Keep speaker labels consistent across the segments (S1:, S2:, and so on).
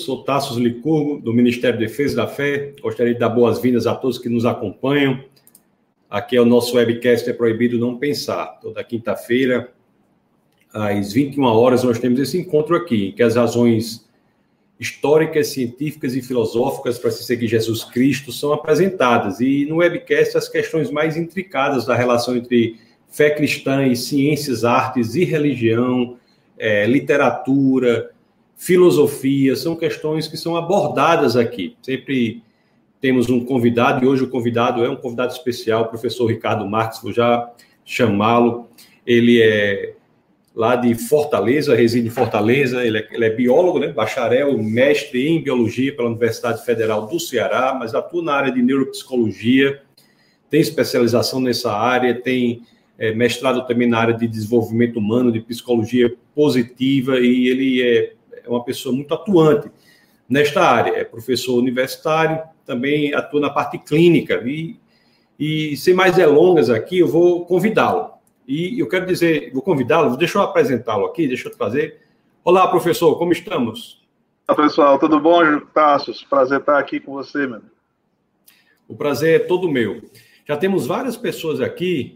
S1: sou Tasso Licurgo, do Ministério da Defesa da Fé. Gostaria de dar boas-vindas a todos que nos acompanham. Aqui é o nosso webcast É Proibido Não Pensar. Toda quinta-feira, às 21 horas, nós temos esse encontro aqui, em que as razões históricas, científicas e filosóficas para se seguir Jesus Cristo são apresentadas. E no webcast, as questões mais intricadas da relação entre fé cristã e ciências, artes e religião, literatura, filosofia, são questões que são abordadas aqui. Sempre temos um convidado, e hoje o convidado é um convidado especial, o professor Ricardo Marques, vou já chamá-lo. Ele é lá de Fortaleza, reside em Fortaleza, ele é biólogo, né, bacharel, mestre em biologia pela Universidade Federal do Ceará, mas atua na área de neuropsicologia, tem especialização nessa área, tem mestrado também na área de desenvolvimento humano, de psicologia positiva, e ele é uma pessoa muito atuante nesta área. É professor universitário, também atua na parte clínica. E sem mais delongas aqui, eu vou convidá-lo. E eu quero dizer, vou convidá-lo, deixa eu apresentá-lo aqui, deixa eu trazer. Olá, professor, como estamos?
S2: Olá, pessoal, tudo bom, Tassos? Prazer estar aqui com você, meu.
S1: O prazer é todo meu. Já temos várias pessoas aqui,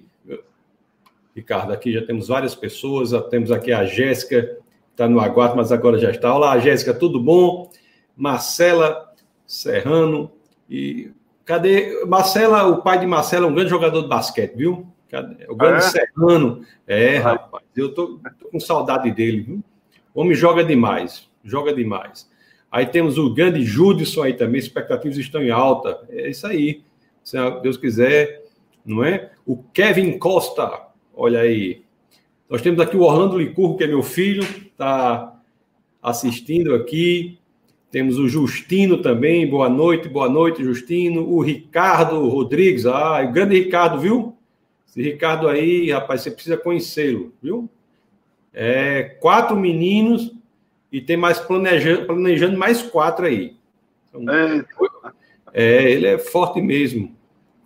S1: Ricardo, aqui já temos várias pessoas, já temos aqui a Jéssica, está no aguardo, mas agora já está. Olá, Jéssica, tudo bom? Marcela Serrano. E cadê? Marcela, o pai de Marcela é um grande jogador de basquete, viu? Cadê? O grande Serrano. Rapaz, eu tô com saudade dele, viu? O homem joga demais, joga demais. Aí temos o grande Judson aí também, expectativas estão em alta. É isso aí, se Deus quiser, não é? O Kevin Costa, olha aí. Nós temos aqui o Orlando Licurgo, que é meu filho, está assistindo aqui. Temos o Justino também, boa noite, Justino. O Ricardo Rodrigues, o grande Ricardo, viu? Esse Ricardo aí, rapaz, você precisa conhecê-lo, viu? 4 meninos e tem mais planejando mais 4 aí. Então, ele é forte mesmo,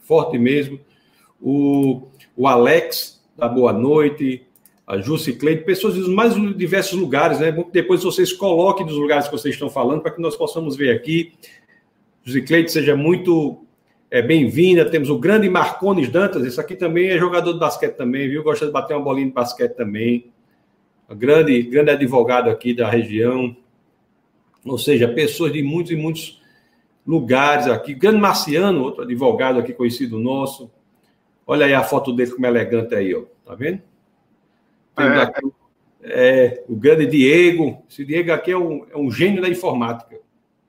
S1: O Alex, da boa noite. A Jusicleide, pessoas dos mais diversos lugares, né? Depois vocês coloquem dos lugares que vocês estão falando para que nós possamos ver aqui. Jusicleide, seja muito bem-vinda. Temos o grande Marcones Dantas, esse aqui também é jogador de basquete também, viu? Gosta de bater uma bolinha de basquete também. A grande advogado aqui da região. Ou seja, pessoas de muitos e muitos lugares aqui. O grande Marciano, outro advogado aqui conhecido nosso. Olha aí a foto dele como é elegante aí, ó. Tá vendo? O grande Diego. Esse Diego aqui é um gênio da informática.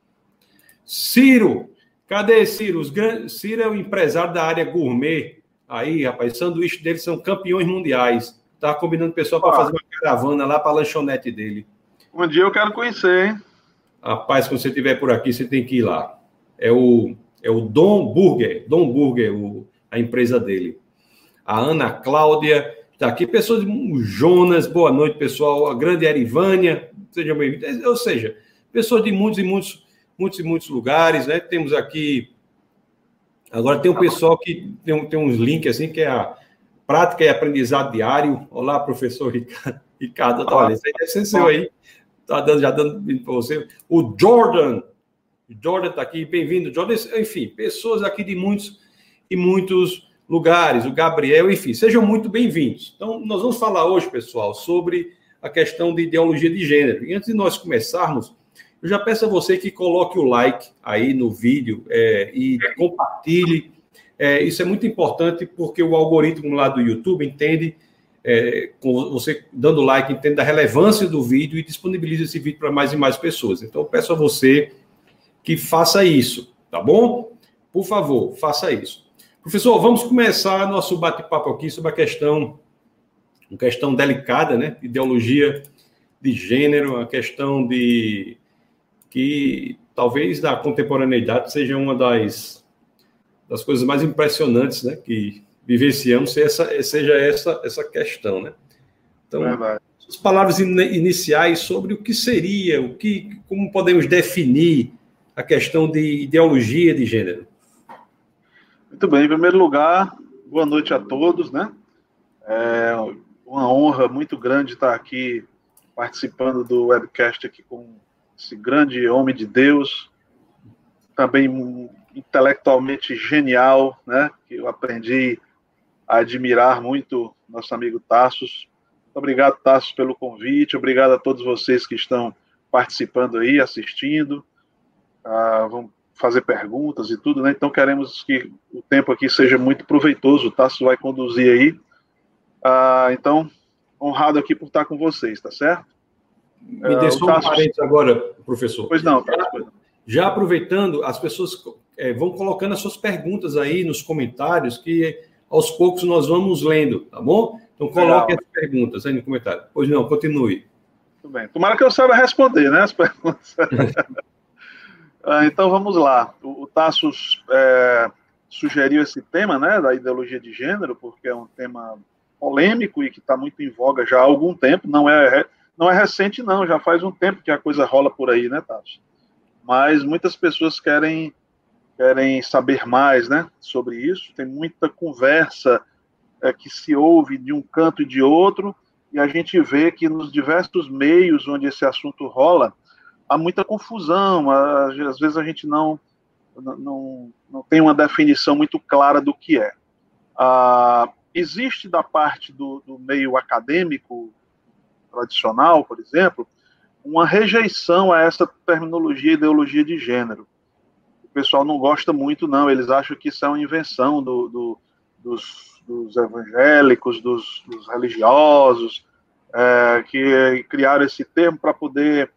S1: Ciro. Cadê Ciro? Ciro é o empresário da área gourmet. Aí, rapaz, os sanduíches dele são campeões mundiais. Tá combinando o pessoal para fazer uma caravana lá para a lanchonete dele.
S2: Um dia eu quero conhecer, hein?
S1: Rapaz, quando você estiver por aqui, você tem que ir lá. É o Dom Burger, a empresa dele. A Ana Cláudia está aqui. Pessoas de Jonas, boa noite, pessoal. A grande Erivânia, sejam bem-vindos. Ou seja, pessoas de muitos e muitos lugares, né? Temos aqui. Agora tem um pessoal que tem uns links assim, que é a prática e aprendizado diário. Olá, professor Ricardo. Olha, isso aí deve ser seu aí. Já dando para você. O Jordan está aqui. Bem-vindo, Jordan. Enfim, pessoas aqui de muitos e muitos lugares, o Gabriel, enfim, sejam muito bem-vindos. Então, nós vamos falar hoje, pessoal, sobre a questão de ideologia de gênero. E antes de nós começarmos, eu já peço a você que coloque o like aí no vídeo e compartilhe. Isso é muito importante porque o algoritmo lá do YouTube entende, com você dando like, entende da relevância do vídeo e disponibiliza esse vídeo para mais e mais pessoas. Então, eu peço a você que faça isso, tá bom? Por favor, faça isso. Professor, vamos começar nosso bate-papo aqui sobre uma questão delicada, né? Ideologia de gênero, uma questão que talvez da contemporaneidade seja uma das coisas mais impressionantes, né? Que vivenciamos, seja essa questão, né? Então, as palavras iniciais sobre o que seria, como podemos definir a questão de ideologia de gênero.
S2: Muito bem, em primeiro lugar, boa noite a todos, né? É uma honra muito grande estar aqui participando do webcast aqui com esse grande homem de Deus, também intelectualmente genial, né? Que eu aprendi a admirar muito, nosso amigo Tassos. Obrigado, Tassos, pelo convite. Obrigado a todos vocês que estão participando aí, assistindo. Vão fazer perguntas e tudo, né? Então queremos que o tempo aqui seja muito proveitoso. O Tassos vai conduzir aí. Então, honrado aqui por estar com vocês, tá certo?
S1: Me dê só um parênteses agora, professor.
S2: Pois não, Tassos.
S1: Já aproveitando, as pessoas vão colocando as suas perguntas aí nos comentários, que aos poucos nós vamos lendo, tá bom? Então coloque as perguntas aí no comentário. Pois não, continue.
S2: Tudo bem. Tomara que eu saiba responder, né, as perguntas. Então vamos lá. O Tassos sugeriu esse tema, né, da ideologia de gênero, porque é um tema polêmico e que está muito em voga já há algum tempo. Não é recente, não. Já faz um tempo que a coisa rola por aí, né, Tassos? Mas muitas pessoas querem saber mais, né, sobre isso. Tem muita conversa que se ouve de um canto e de outro, e a gente vê que nos diversos meios onde esse assunto rola, há muita confusão. Às vezes a gente não tem uma definição muito clara do que é. Existe da parte do meio acadêmico tradicional, por exemplo, uma rejeição a essa terminologia, ideologia de gênero. O pessoal não gosta muito, não. Eles acham que isso é uma invenção dos evangélicos, dos religiosos, que criaram esse termo para poder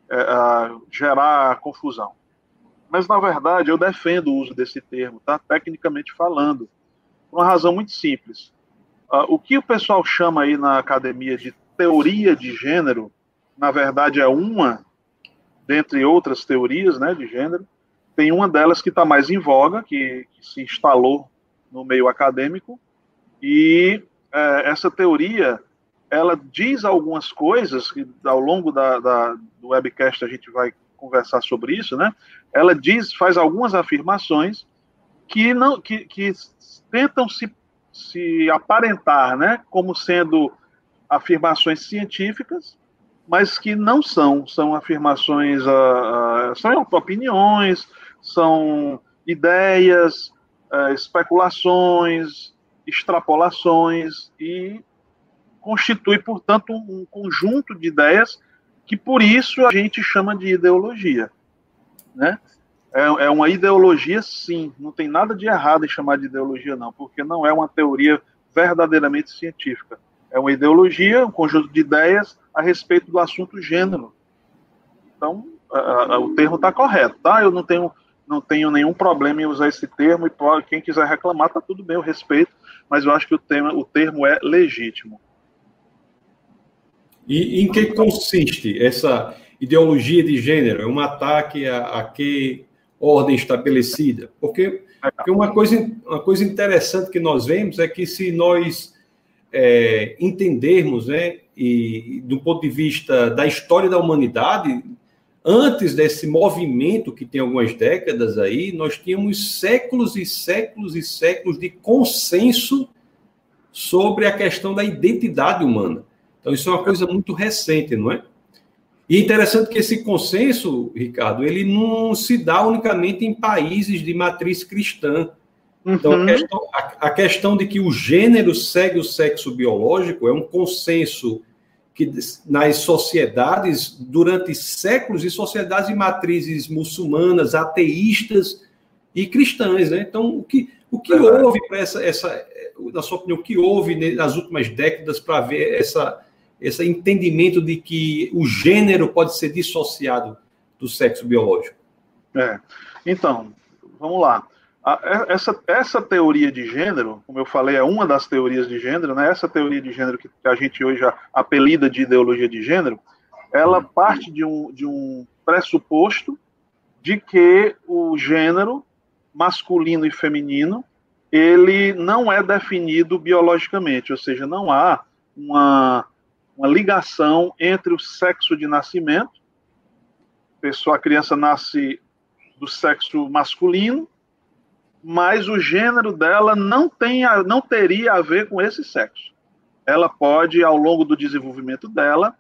S2: gerar confusão. Mas, na verdade, eu defendo o uso desse termo, tá? Tecnicamente falando, por uma razão muito simples. O que o pessoal chama aí na academia de teoria de gênero, na verdade, é uma, dentre outras teorias, né, de gênero. Tem uma delas que está mais em voga, que se instalou no meio acadêmico, e essa teoria, ela diz algumas coisas, que ao longo do webcast a gente vai conversar sobre isso, né? Ela faz algumas afirmações que tentam se aparentar, né, como sendo afirmações científicas, mas que não são afirmações, são opiniões, são ideias, especulações, extrapolações, e constitui, portanto, um conjunto de ideias que, por isso, a gente chama de ideologia, né? É uma ideologia, sim, não tem nada de errado em chamar de ideologia, não, porque não é uma teoria verdadeiramente científica. É uma ideologia, um conjunto de ideias a respeito do assunto gênero. Então, o termo está correto, tá? Eu não tenho nenhum problema em usar esse termo, e quem quiser reclamar, tá tudo bem, eu respeito, mas eu acho que o termo é legítimo.
S1: E em que consiste essa ideologia de gênero? É um ataque a que ordem estabelecida? Porque uma coisa interessante que nós vemos é que, se nós entendermos, né, e do ponto de vista da história da humanidade, antes desse movimento que tem algumas décadas aí, nós tínhamos séculos e séculos e séculos de consenso sobre a questão da identidade humana. Então, isso é uma coisa muito recente, não é? E é interessante que esse consenso, Ricardo, ele não se dá unicamente em países de matriz cristã. Então, a questão de que o gênero segue o sexo biológico é um consenso que, nas sociedades, durante séculos, e sociedades de matrizes muçulmanas, ateístas e cristãs, né? Então, o que houve para na sua opinião, o que houve nas últimas décadas para ver esse entendimento de que o gênero pode ser dissociado do sexo biológico?
S2: Então, vamos lá. Essa teoria de gênero, como eu falei, é uma das teorias de gênero, né? Essa teoria de gênero que a gente hoje apelida de ideologia de gênero, ela parte de um pressuposto de que o gênero masculino e feminino, ele não é definido biologicamente, ou seja, não há uma ligação entre o sexo de nascimento, a criança nasce do sexo masculino, mas o gênero dela não teria a ver com esse sexo. Ela pode, ao longo do desenvolvimento dela,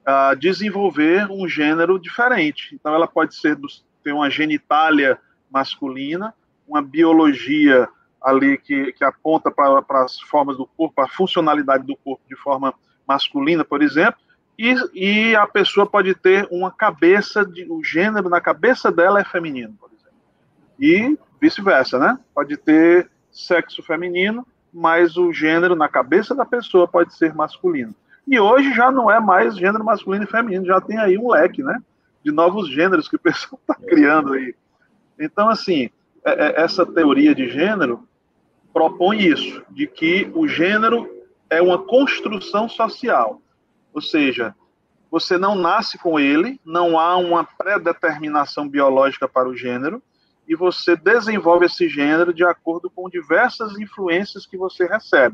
S2: desenvolver um gênero diferente. Então, ela pode ter uma genitália masculina, uma biologia ali que aponta para as formas do corpo, a funcionalidade do corpo de forma masculina, por exemplo, e a pessoa pode ter uma cabeça, o gênero na cabeça dela é feminino, por exemplo. E vice-versa, né? Pode ter sexo feminino, mas o gênero na cabeça da pessoa pode ser masculino. E hoje já não é mais gênero masculino e feminino, já tem aí um leque, né? De novos gêneros que o pessoal está criando aí. Então, assim, essa teoria de gênero propõe isso, de que o gênero é uma construção social. Ou seja, você não nasce com ele, não há uma pré-determinação biológica para o gênero, e você desenvolve esse gênero de acordo com diversas influências que você recebe.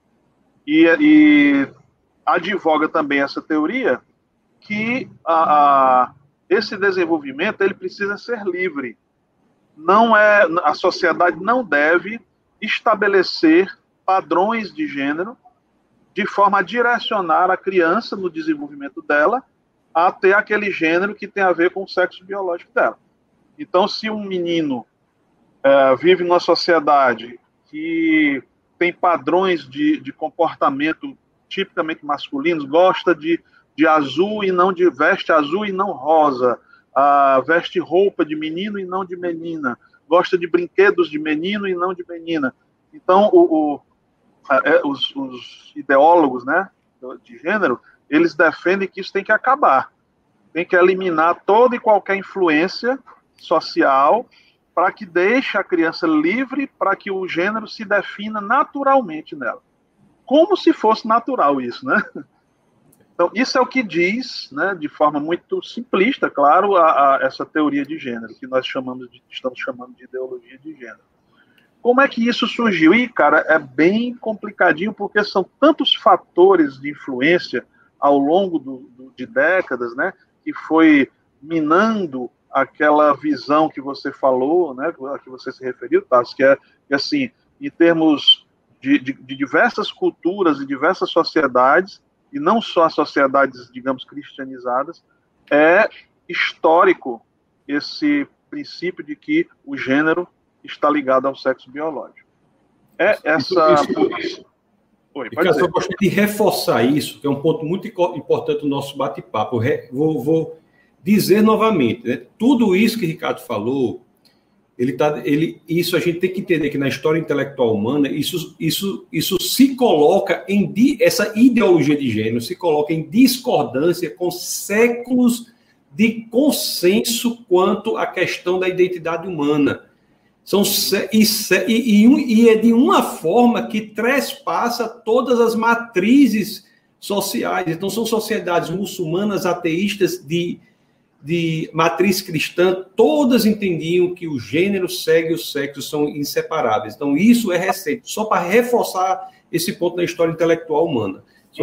S2: E advoga também essa teoria que esse desenvolvimento ele precisa ser livre. A sociedade não deve estabelecer padrões de gênero de forma a direcionar a criança no desenvolvimento dela a ter aquele gênero que tem a ver com o sexo biológico dela. Então, se um menino vive numa sociedade que tem padrões de comportamento tipicamente masculinos, gosta de azul e não veste azul e não rosa, veste roupa de menino e não de menina, gosta de brinquedos de menino e não de menina. Então, os ideólogos, né, de gênero, eles defendem que isso tem que acabar. Tem que eliminar toda e qualquer influência social para que deixe a criança livre para que o gênero se defina naturalmente nela. Como se fosse natural isso, né? Então, isso é o que diz, né, de forma muito simplista, claro, essa teoria de gênero, que nós estamos chamando de ideologia de gênero. Como é que isso surgiu? E, cara, é bem complicadinho, porque são tantos fatores de influência ao longo de décadas, né, que foi minando aquela visão que você falou, né, a que você se referiu, Tassi, que é assim, em termos de diversas culturas e diversas sociedades, e não só as sociedades, digamos, cristianizadas, é histórico esse princípio de que o gênero está ligado ao sexo biológico.
S1: Oi, Ricardo, eu gostaria de reforçar isso, que é um ponto muito importante do nosso bate-papo. Vou dizer novamente, né? Tudo isso que o Ricardo falou, isso a gente tem que entender que na história intelectual humana, isso se coloca essa ideologia de gênero se coloca em discordância com séculos de consenso quanto à questão da identidade humana. E é de uma forma que trespassa todas as matrizes sociais. Então, são sociedades muçulmanas, ateístas, de matriz cristã, todas entendiam que o gênero segue o sexo, são inseparáveis. Então, isso é recente, só para reforçar esse ponto na história intelectual humana.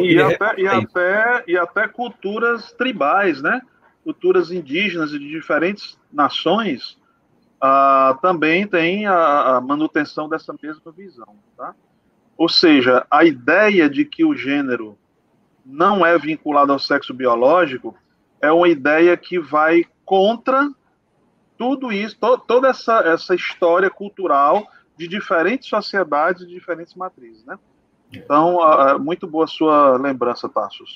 S2: E até culturas tribais, né? Culturas indígenas de diferentes nações também têm a manutenção dessa mesma visão. Tá? Ou seja, a ideia de que o gênero não é vinculado ao sexo biológico é uma ideia que vai contra tudo isso, toda essa história cultural de diferentes sociedades, de diferentes matrizes, né? Então, muito boa sua lembrança, Tassos.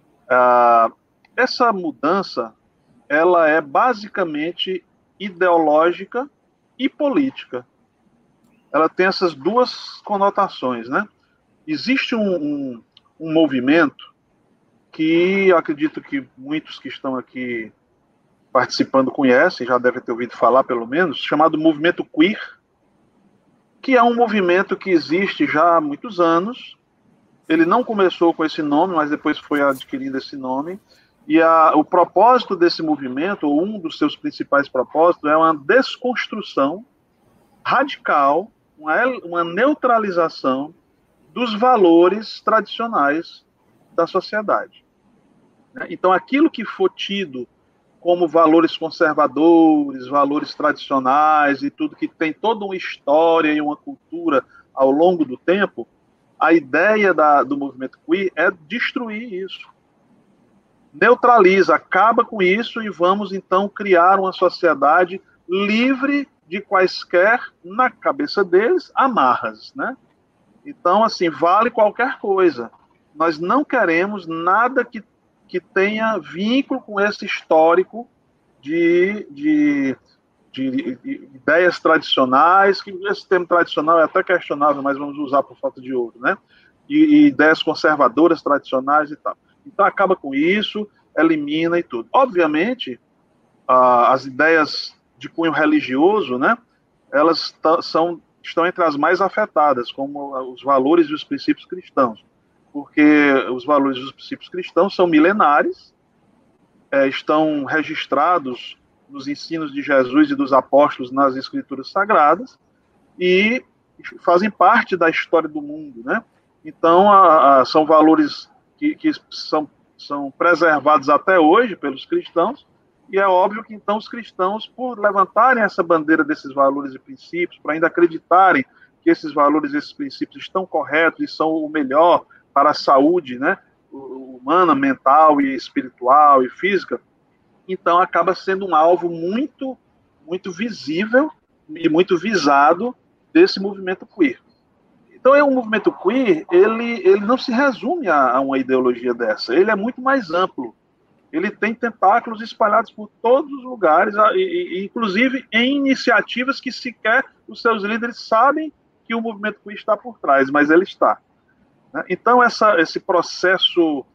S2: Essa mudança, ela é basicamente ideológica e política. Ela tem essas duas conotações, né? Existe um movimento que eu acredito que muitos que estão aqui participando conhecem, já devem ter ouvido falar pelo menos, chamado movimento queer, que é um movimento que existe já há muitos anos. Ele não começou com esse nome, mas depois foi adquirindo esse nome. E o propósito desse movimento, ou um dos seus principais propósitos, é uma desconstrução radical, uma neutralização dos valores tradicionais da sociedade. Então, aquilo que for tido como valores conservadores, valores tradicionais e tudo que tem toda uma história e uma cultura ao longo do tempo, a ideia do movimento queer é destruir isso. neutraliza, acaba com isso e vamos, então, criar uma sociedade livre de quaisquer, na cabeça deles, amarras, né? Então, assim, vale qualquer coisa. Nós não queremos nada que tenha vínculo com esse histórico de ideias tradicionais, que esse termo tradicional é até questionável, mas vamos usar por falta de outro, né? E ideias conservadoras tradicionais e tal. Então, acaba com isso, elimina e tudo. Obviamente, as ideias de cunho religioso, né? Elas estão entre as mais afetadas, como os valores e os princípios cristãos. Porque os valores e os princípios cristãos são milenares, estão registrados nos ensinos de Jesus e dos apóstolos nas escrituras sagradas e fazem parte da história do mundo, né? Então, são valores que são preservados até hoje pelos cristãos, e é óbvio que, então, os cristãos, por levantarem essa bandeira desses valores e princípios, por ainda acreditarem que esses valores e esses princípios estão corretos e são o melhor para a saúde, né, humana, mental e espiritual e física, então acaba sendo um alvo muito, muito visível e muito visado desse movimento queer. Então, o movimento queer, ele não se resume a uma ideologia dessa, ele é muito mais amplo. Ele tem tentáculos espalhados por todos os lugares, inclusive em iniciativas que sequer os seus líderes sabem que o movimento queer está por trás, mas ele está. Então, esse processo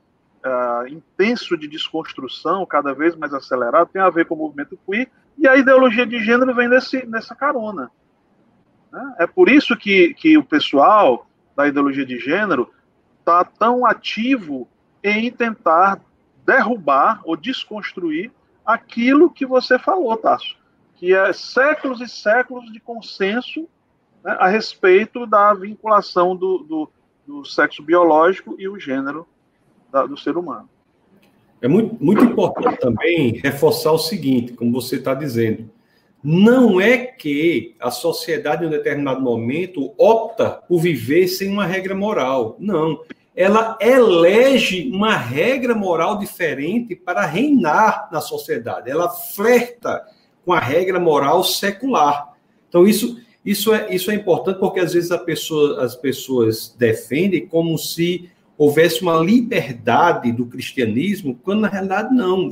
S2: intenso de desconstrução, cada vez mais acelerado, tem a ver com o movimento queer, e a ideologia de gênero vem nessa carona. É por isso que o pessoal da ideologia de gênero está tão ativo em tentar derrubar ou desconstruir aquilo que você falou, Tasso, que é séculos e séculos de consenso, né, a respeito da vinculação do sexo biológico e o gênero do ser humano.
S1: É muito, muito importante também reforçar o seguinte, como você está dizendo, não é que a sociedade, em um determinado momento, opta por viver sem uma regra moral. Não. Ela elege uma regra moral diferente para reinar na sociedade. Ela flerta com a regra moral secular. Então, isso é importante porque, às vezes, as pessoas defendem como se houvesse uma liberdade do cristianismo, quando, na realidade, não.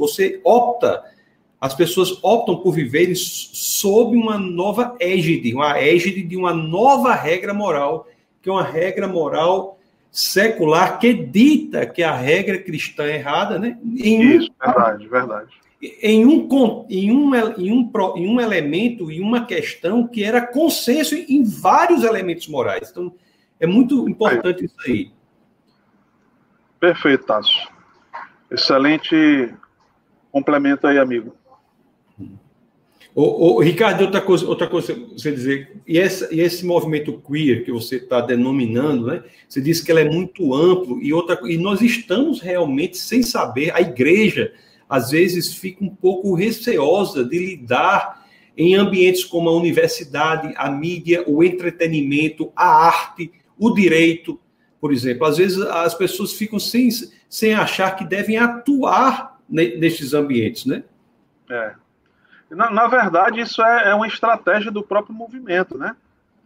S1: As pessoas optam por viverem sob uma nova égide, uma égide de uma nova regra moral, que é uma regra moral secular que dita que a regra cristã é errada, né?
S2: Isso, verdade.
S1: Em um elemento, em uma questão que era consenso em vários elementos morais. Então, é muito importante isso aí.
S2: Perfeito, Tasso. Excelente complemento aí, amigo.
S1: Ricardo, outra coisa você dizer, e esse movimento queer que você está denominando, né? Você disse que ele é muito amplo, e nós estamos realmente sem saber, a igreja, às vezes, fica um pouco receosa de lidar em ambientes como a universidade, a mídia, o entretenimento, a arte, o direito, por exemplo. Às vezes, as pessoas ficam sem achar que devem atuar nesses ambientes, né?
S2: Na verdade, isso é uma estratégia do próprio movimento, né?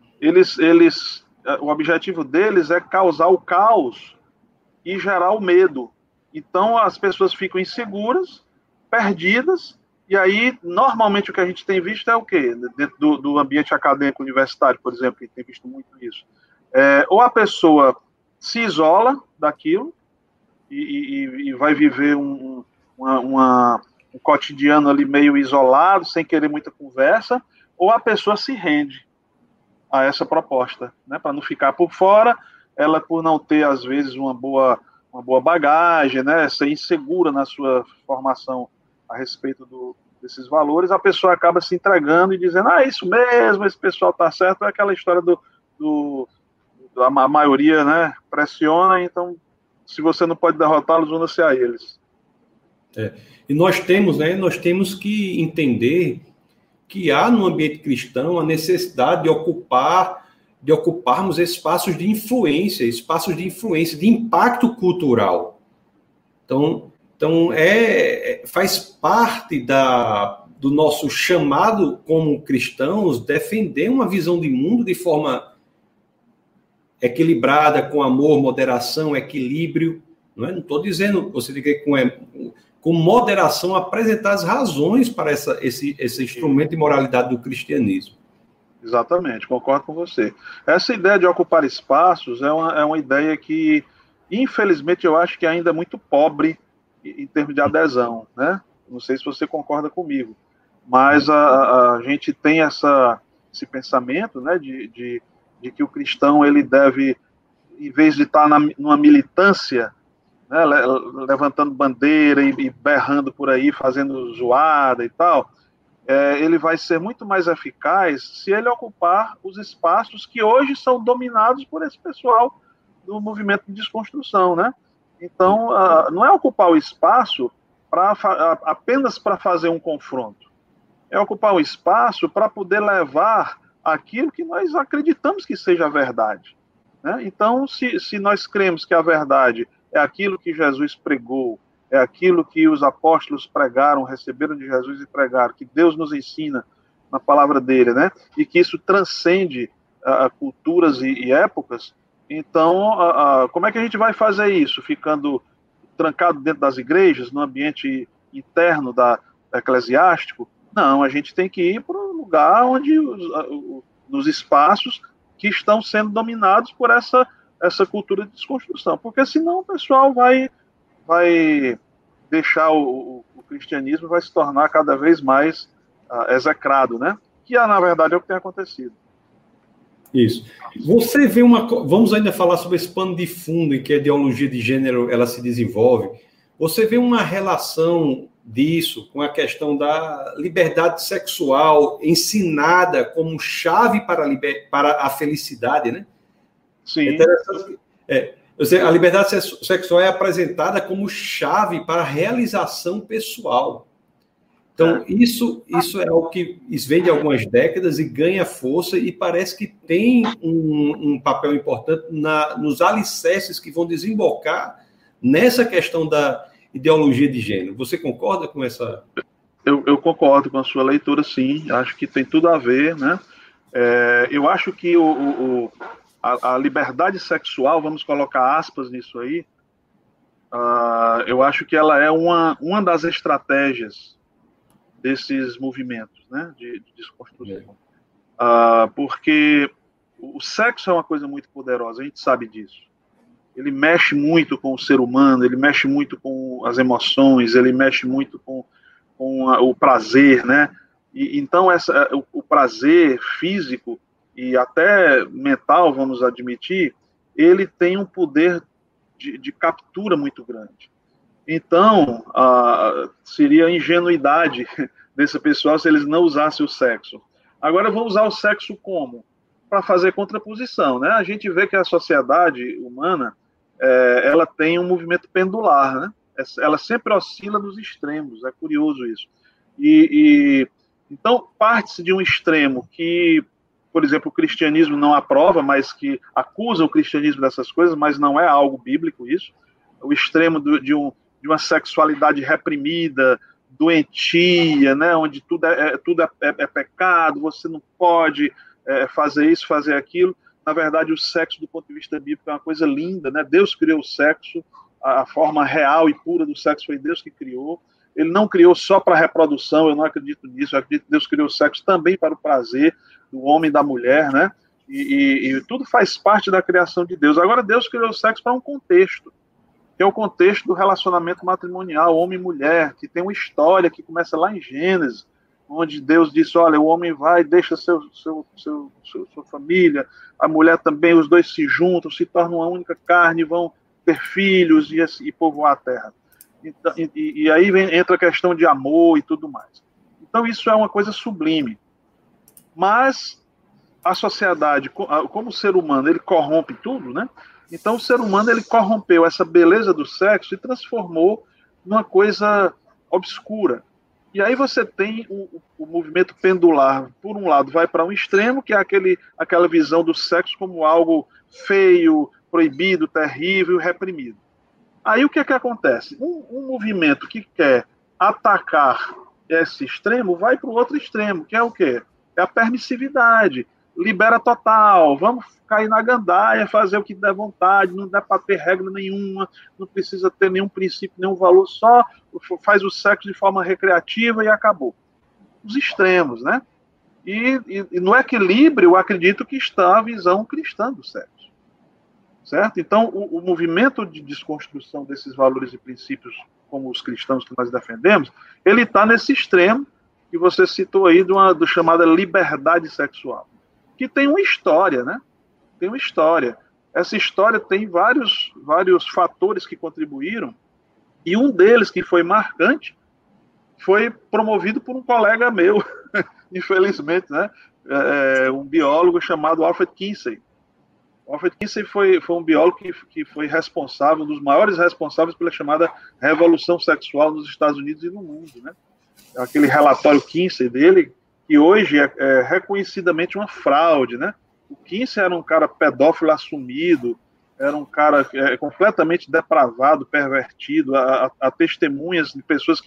S2: O objetivo deles é causar o caos e gerar o medo. Então, as pessoas ficam inseguras, perdidas, e aí, normalmente, o que a gente tem visto é o quê? Dentro do ambiente acadêmico universitário, por exemplo, que tem visto muito isso. Ou a pessoa se isola daquilo e vai viver um cotidiano ali meio isolado, sem querer muita conversa, ou a pessoa se rende a essa proposta, né? Para não ficar por fora, ela, por não ter, às vezes, uma boa bagagem, né? Ser insegura na sua formação a respeito desses valores, a pessoa acaba se entregando e dizendo, isso mesmo, esse pessoal está certo, é aquela história a maioria, né, pressiona, então, se você não pode derrotá-los, una-se a eles.
S1: E nós temos que entender que há no ambiente cristão a necessidade de ocuparmos espaços de influência, de impacto cultural. Então, Então, faz parte do nosso chamado como cristãos defender uma visão de mundo de forma equilibrada, com amor, moderação, equilíbrio. Não estou dizendo, você tem que com moderação apresentar as razões para esse instrumento de moralidade do cristianismo.
S2: Exatamente, concordo com você. Essa ideia de ocupar espaços é uma ideia que, infelizmente, eu acho que ainda é muito pobre em termos de adesão, né? Não sei se você concorda comigo, mas a gente tem esse pensamento, né, de que o cristão ele deve, em vez de estar numa militância, né, levantando bandeira e berrando por aí, fazendo zoada e tal, ele vai ser muito mais eficaz se ele ocupar os espaços que hoje são dominados por esse pessoal do movimento de desconstrução, né? Então, não é ocupar o espaço apenas para fazer um confronto, é ocupar o espaço para poder levar aquilo que nós acreditamos que seja a verdade, né? Então, se nós cremos que a verdade é aquilo que Jesus pregou, é aquilo que os apóstolos pregaram, receberam de Jesus e pregaram, que Deus nos ensina na palavra dele, né? E que isso transcende culturas e épocas. Então, como é que a gente vai fazer isso? Ficando trancado dentro das igrejas, no ambiente interno eclesiástico? Não, a gente tem que ir para um lugar onde nos espaços que estão sendo dominados por essa cultura de desconstrução, porque senão o pessoal vai deixar o cristianismo, vai se tornar cada vez mais execrado, né? Que na verdade é o que tem acontecido.
S1: Isso. Você vê vamos ainda falar sobre esse pano de fundo em que a ideologia de gênero ela se desenvolve. Você vê uma relação disso com a questão da liberdade sexual ensinada como chave para a felicidade, né?
S2: Sim.
S1: É interessante. A liberdade sexual é apresentada como chave para a realização pessoal. Então, isso é algo que vem de algumas décadas e ganha força e parece que tem um papel importante nos alicerces que vão desembocar nessa questão da ideologia de gênero. Você concorda com essa?
S2: Eu concordo com a sua leitura, sim. Acho que tem tudo a ver, né? Eu acho que a liberdade sexual, vamos colocar aspas nisso aí, eu acho que ela é uma das estratégias desses movimentos, né, de desconstrução. Porque o sexo é uma coisa muito poderosa, a gente sabe disso. Ele mexe muito com o ser humano, ele mexe muito com as emoções, ele mexe muito com o prazer, né? Então, o prazer físico e até mental, vamos admitir, ele tem um poder de captura muito grande. Então, seria ingenuidade desse pessoal se eles não usassem o sexo. Agora, vão usar o sexo como? Para fazer contraposição, né? A gente vê que a sociedade humana, ela tem um movimento pendular, né? Ela sempre oscila nos extremos, é curioso isso. Então, parte-se de um extremo que, por exemplo, o cristianismo não aprova, mas que acusa o cristianismo dessas coisas, mas não é algo bíblico isso. O extremo de uma sexualidade reprimida, doentia, né, onde tudo é pecado, você não pode fazer isso, fazer aquilo. Na verdade, o sexo, do ponto de vista bíblico, é uma coisa linda, né? Deus criou o sexo, a forma real e pura do sexo foi Deus que criou. Ele não criou só para reprodução, eu não acredito nisso, eu acredito que Deus criou o sexo também para o prazer do homem e da mulher, né? E tudo faz parte da criação de Deus. Agora, Deus criou o sexo para um contexto, que é o contexto do relacionamento matrimonial, homem e mulher, que tem uma história que começa lá em Gênesis, onde Deus disse, olha, o homem vai, deixa sua família, a mulher também, os dois se juntam, se tornam uma única carne, vão ter filhos e povoar a terra. E aí entra a questão de amor e tudo mais. Então isso é uma coisa sublime. Mas a sociedade, como o ser humano, ele corrompe tudo, né? Então o ser humano, ele corrompeu essa beleza do sexo e transformou numa coisa obscura. E aí você tem o movimento pendular. Por um lado, vai para um extremo, que é aquela visão do sexo como algo feio, proibido, terrível, reprimido. Aí o que é que acontece? Um movimento que quer atacar esse extremo vai para o outro extremo, que é o quê? É a permissividade. Libera total, vamos cair na gandaia, fazer o que der vontade, não dá para ter regra nenhuma, não precisa ter nenhum princípio, nenhum valor, só faz o sexo de forma recreativa e acabou. Os extremos, né? E no equilíbrio, eu acredito que está a visão cristã do sexo. Certo? Então, o movimento de desconstrução desses valores e princípios, como os cristãos que nós defendemos, ele está nesse extremo que você citou aí do chamada liberdade sexual, que tem uma história, né? Tem uma história. Essa história tem vários fatores que contribuíram, e um deles que foi marcante foi promovido por um colega meu, infelizmente, né? Um biólogo chamado Alfred Kinsey. O Alfred Kinsey foi um biólogo que foi responsável, um dos maiores responsáveis pela chamada revolução sexual nos Estados Unidos e no mundo, né? Aquele relatório Kinsey dele, que hoje é reconhecidamente uma fraude, né? O Kinsey era um cara pedófilo assumido, era um cara completamente depravado, pervertido, a testemunhas de pessoas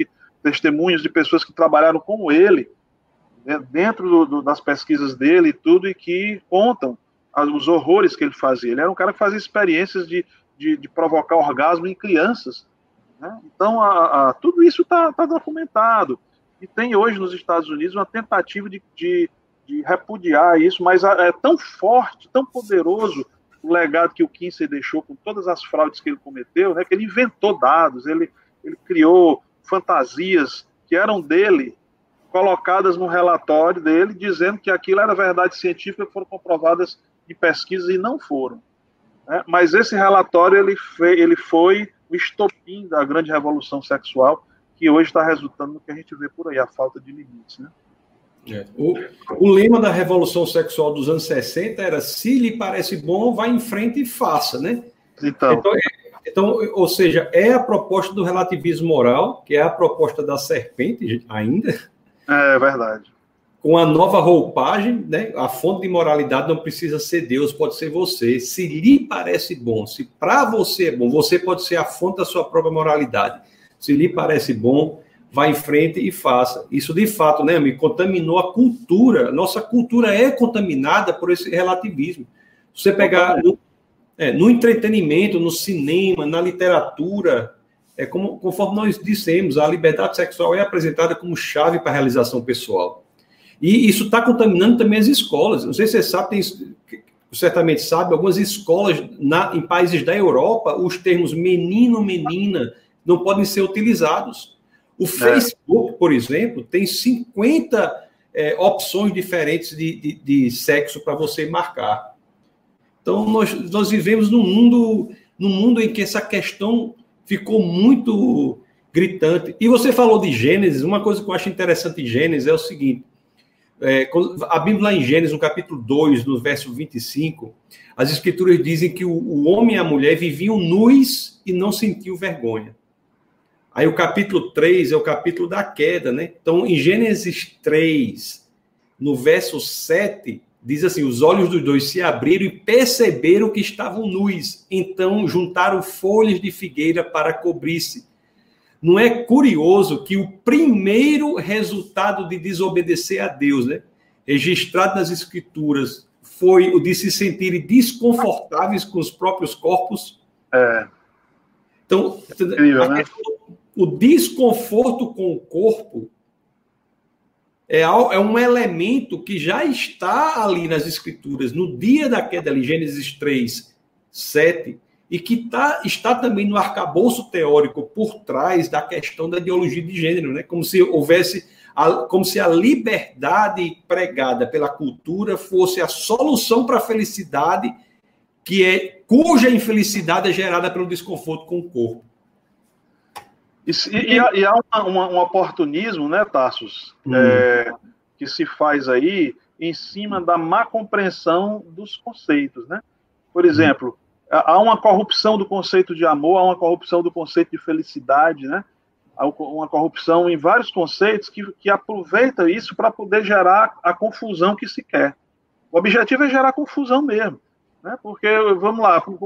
S2: que trabalharam como ele, né, dentro das pesquisas dele e tudo, e que contam os horrores que ele fazia. Ele era um cara que fazia experiências de provocar orgasmo em crianças, né? Então, tudo isso está documentado. E tem hoje nos Estados Unidos uma tentativa de repudiar isso, mas é tão forte, tão poderoso o legado que o Kinsey deixou com todas as fraudes que ele cometeu, né, que ele inventou dados, ele criou fantasias que eram dele, colocadas no relatório dele, dizendo que aquilo era verdade científica, que foram comprovadas em pesquisas e não foram. Né? Mas esse relatório ele foi o estopim da grande revolução sexual, que hoje está resultando no que a gente vê por aí, a falta de limites, né?
S1: O lema da Revolução Sexual dos anos 60 era: se lhe parece bom, vá em frente e faça, né? Então, ou seja, é a proposta do relativismo moral, que é a proposta da serpente ainda.
S2: É verdade.
S1: Com a nova roupagem, né? A fonte de moralidade não precisa ser Deus, pode ser você. Se lhe parece bom, se para você é bom, você pode ser a fonte da sua própria moralidade. Se lhe parece bom, vá em frente e faça. Isso, de fato, né, me contaminou a cultura. Nossa cultura é contaminada por esse relativismo. Você pegar no entretenimento, no cinema, na literatura, conforme nós dissemos, a liberdade sexual é apresentada como chave para a realização pessoal. E isso está contaminando também as escolas. Não sei se você sabe, certamente sabe, algumas escolas em países da Europa, os termos menino, menina não podem ser utilizados. O Facebook, por exemplo, tem 50 opções diferentes de sexo para você marcar. Então, nós vivemos num mundo em que essa questão ficou muito gritante. E você falou de Gênesis, uma coisa que eu acho interessante em Gênesis é o seguinte: a Bíblia, lá em Gênesis, no capítulo 2, no verso 25, as escrituras dizem que o homem e a mulher viviam nus e não sentiam vergonha. Aí o capítulo 3 é o capítulo da queda, né? Então, em Gênesis 3, no verso 7, diz assim: os olhos dos dois se abriram e perceberam que estavam nus. Então, juntaram folhas de figueira para cobrir-se. Não é curioso que o primeiro resultado de desobedecer a Deus, né, registrado nas Escrituras, foi o de se sentirem desconfortáveis com os próprios corpos? Então, incrível, né? O desconforto com o corpo é um elemento que já está ali nas Escrituras, no dia da queda, ali, Gênesis 3, 7, e que está também no arcabouço teórico por trás da questão da ideologia de gênero, né? Como se a liberdade pregada pela cultura fosse a solução para a felicidade, cuja infelicidade é gerada pelo desconforto com o corpo.
S2: E há um oportunismo, né, Tassos, que se faz aí em cima da má compreensão dos conceitos, né? Por exemplo, há uma corrupção do conceito de amor, há uma corrupção do conceito de felicidade, né? Há uma corrupção em vários conceitos que aproveita isso para poder gerar a confusão que se quer. O objetivo é gerar confusão mesmo, né? Porque, vamos lá,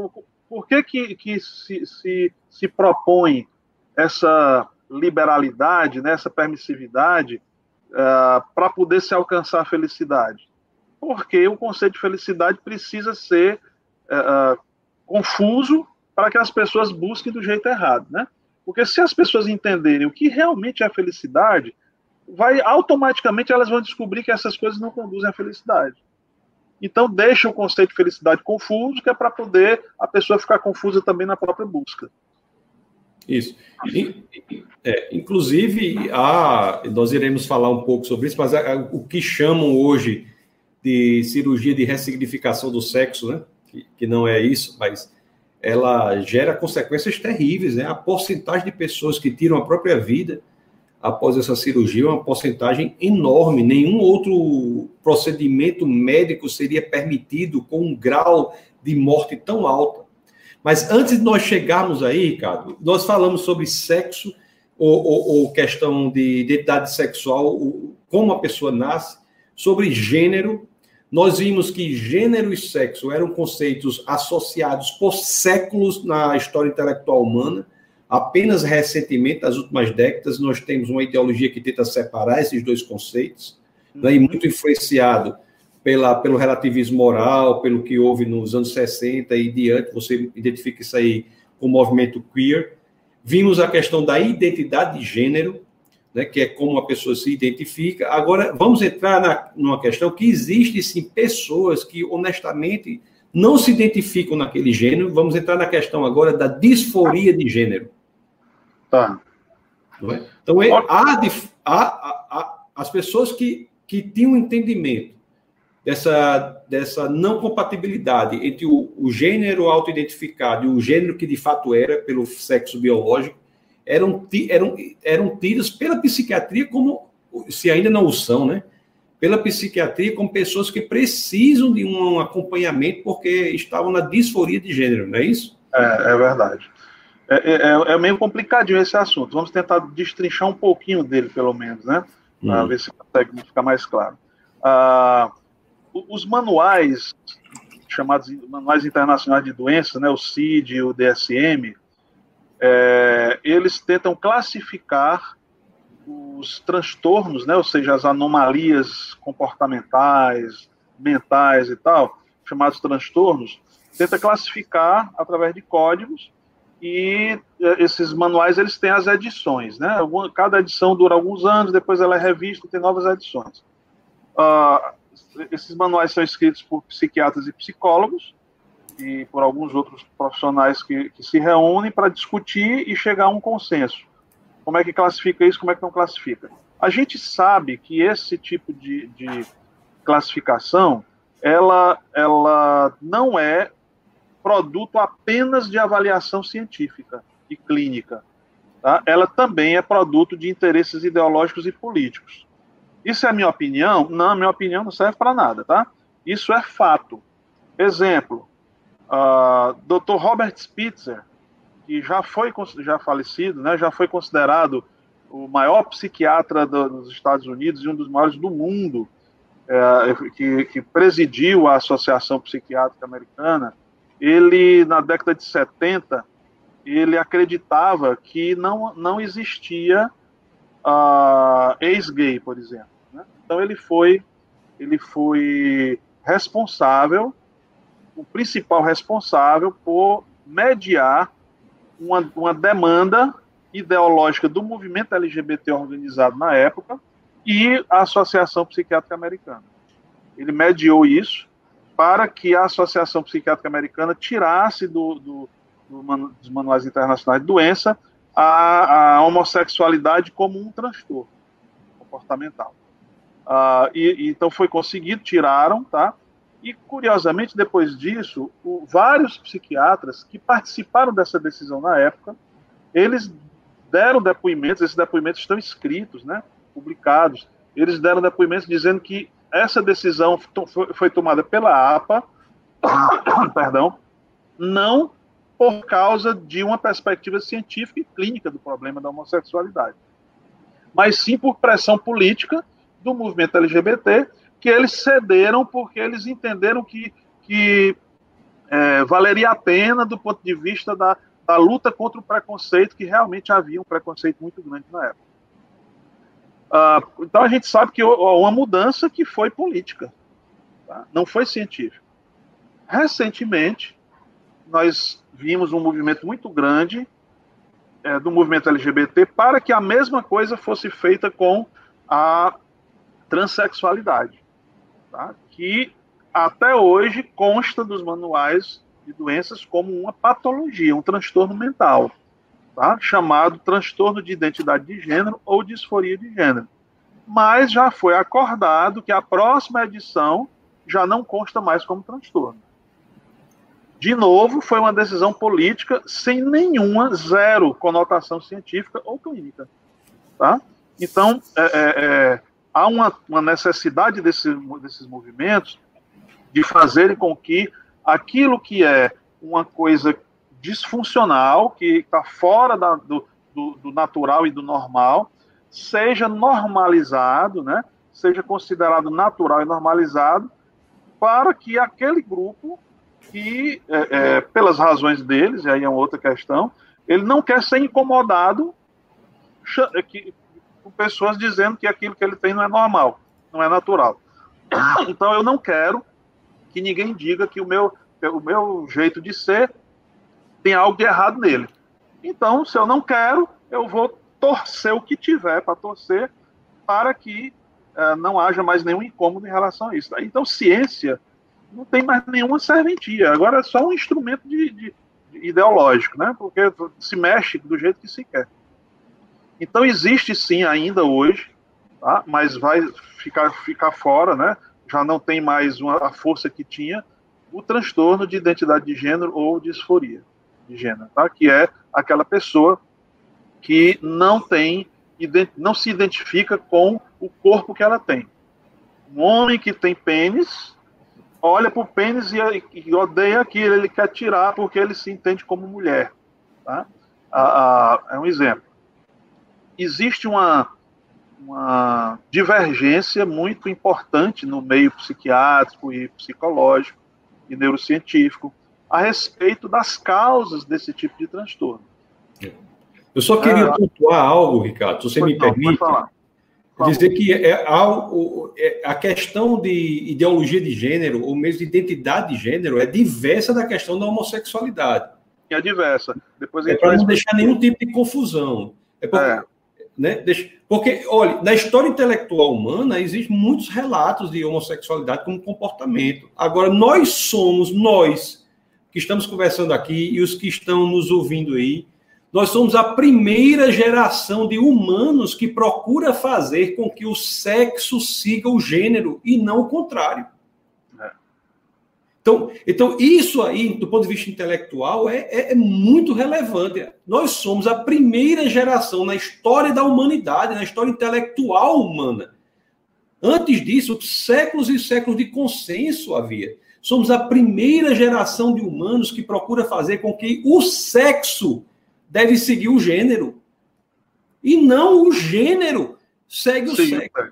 S2: Por que se propõe essa liberalidade, né, essa permissividade para poder se alcançar a felicidade? Porque o conceito de felicidade precisa ser confuso para que as pessoas busquem do jeito errado, né? Porque se as pessoas entenderem o que realmente é a felicidade, automaticamente elas vão descobrir que essas coisas não conduzem à felicidade. Então deixa o conceito de felicidade confuso, que é para poder a pessoa ficar confusa também na própria busca.
S1: Isso. Inclusive, nós iremos falar um pouco sobre isso, mas o que chamam hoje de cirurgia de ressignificação do sexo, né? Que não é isso, mas ela gera consequências terríveis, né? A porcentagem de pessoas que tiram a própria vida após essa cirurgia é uma porcentagem enorme. Nenhum outro procedimento médico seria permitido com um grau de morte tão alto. Mas antes de nós chegarmos aí, Ricardo, nós falamos sobre sexo ou questão de identidade sexual, como a pessoa nasce, sobre gênero. Nós vimos que gênero e sexo eram conceitos associados por séculos na história intelectual humana. Apenas recentemente, nas últimas décadas, nós temos uma ideologia que tenta separar esses dois conceitos, né, e muito influenciado pelo relativismo moral, pelo que houve nos anos 60 e diante. Você identifica isso aí com o movimento queer. Vimos a questão da identidade de gênero, né, que é como a pessoa se identifica. Agora, vamos entrar numa questão que existe, sim, pessoas que, honestamente, não se identificam naquele gênero. Vamos entrar na questão agora da disforia de gênero.
S2: Tá.
S1: Não é? Então, as pessoas que tinham um entendimento dessa não compatibilidade entre o gênero auto-identificado e o gênero que de fato era, pelo sexo biológico, eram tidas pela psiquiatria como, se ainda não o são, né? Pela psiquiatria como pessoas que precisam de um acompanhamento porque estavam na disforia de gênero, não é isso?
S2: É verdade. É meio complicadinho esse assunto. Vamos tentar destrinchar um pouquinho dele, pelo menos, né? Para ver se consegue ficar mais claro. Os manuais, chamados Manuais Internacionais de Doenças, né, o CID e o DSM, eles tentam classificar os transtornos, né, ou seja, as anomalias comportamentais, mentais e tal, chamados transtornos, tenta classificar através de códigos, e esses manuais eles têm as edições, né? Cada edição dura alguns anos, depois ela é revista e tem novas edições. Esses manuais são escritos por psiquiatras e psicólogos e por alguns outros profissionais que se reúnem para discutir e chegar a um consenso. Como é que classifica isso, como é que não classifica? A gente sabe que esse tipo de classificação, ela não é produto apenas de avaliação científica e clínica. Tá? Ela também é produto de interesses ideológicos e políticos. Isso é a minha opinião? Não, a minha opinião não serve para nada, tá? Isso é fato. Exemplo, Dr. Robert Spitzer, que já falecido, né, já foi considerado o maior psiquiatra dos Estados Unidos e um dos maiores do mundo, que presidiu a Associação Psiquiátrica Americana. Ele, na década de 70, ele acreditava que não existia ex-gay, por exemplo. Né? Então ele foi responsável, o principal responsável por mediar uma demanda ideológica do movimento LGBT organizado na época e a Associação Psiquiátrica Americana. Ele mediou isso para que a Associação Psiquiátrica Americana tirasse dos manuais internacionais de doença a homossexualidade como um transtorno comportamental. Então foi conseguido, tiraram, tá? E, curiosamente, depois disso, vários psiquiatras que participaram dessa decisão na época, eles deram depoimentos, esses depoimentos estão escritos, né, publicados, eles deram depoimentos dizendo que essa decisão foi tomada pela APA, perdão, não por causa de uma perspectiva científica e clínica do problema da homossexualidade, mas sim por pressão política do movimento LGBT, que eles cederam porque eles entenderam que valeria a pena do ponto de vista da luta contra o preconceito, que realmente havia um preconceito muito grande na época. Então a gente sabe que uma mudança que foi política, tá? Não foi científica. Recentemente, nós vimos um movimento muito grande do movimento LGBT para que a mesma coisa fosse feita com a transexualidade, tá? Que até hoje consta dos manuais de doenças como uma patologia, um transtorno mental, tá? Chamado transtorno de identidade de gênero ou disforia de gênero. Mas já foi acordado que a próxima edição já não consta mais como transtorno. De novo, foi uma decisão política sem nenhuma, zero conotação científica ou clínica, tá? Então, há uma necessidade desses movimentos de fazerem com que aquilo que é uma coisa disfuncional, que está fora do natural e do normal, seja normalizado, né? Seja considerado natural e normalizado, para que aquele grupo que, pelas razões deles, e aí é uma outra questão, ele não quer ser incomodado com pessoas dizendo que aquilo que ele tem não é normal, não é natural. Então eu não quero que ninguém diga que o meu jeito de ser tem algo de errado nele. Então, se eu não quero, eu vou torcer o que tiver para torcer para que não haja mais nenhum incômodo em relação a isso. Então, ciência não tem mais nenhuma serventia. Agora é só um instrumento de ideológico, né? Porque se mexe do jeito que se quer. Então, existe sim ainda hoje, tá? Mas vai ficar fora, né? Já não tem mais a força que tinha, o transtorno de identidade de gênero ou disforia de gênero, tá? Que é aquela pessoa que não se identifica com o corpo que ela tem. Um homem que tem pênis olha para o pênis e odeia aquilo, ele quer tirar porque ele se entende como mulher, tá? É um exemplo. Existe uma divergência muito importante no meio psiquiátrico e psicológico e neurocientífico a respeito das causas desse tipo de transtorno.
S1: Eu só queria pontuar algo, Ricardo, se você me permite, dizer que a questão de ideologia de gênero, ou mesmo de identidade de gênero, é diversa da questão da homossexualidade.
S2: É diversa. Depois
S1: para não deixar nenhum tipo de confusão. Né? Porque, olha, na história intelectual humana, existem muitos relatos de homossexualidade como comportamento. Agora, nós que estamos conversando aqui e os que estão nos ouvindo aí, nós somos a primeira geração de humanos que procura fazer com que o sexo siga o gênero e não o contrário. Então, isso aí, do ponto de vista intelectual, é muito relevante. Nós somos a primeira geração na história da humanidade, na história intelectual humana. Antes disso, séculos e séculos de consenso havia. Somos a primeira geração de humanos que procura fazer com que o sexo deve seguir o gênero. E não o gênero segue o sexo.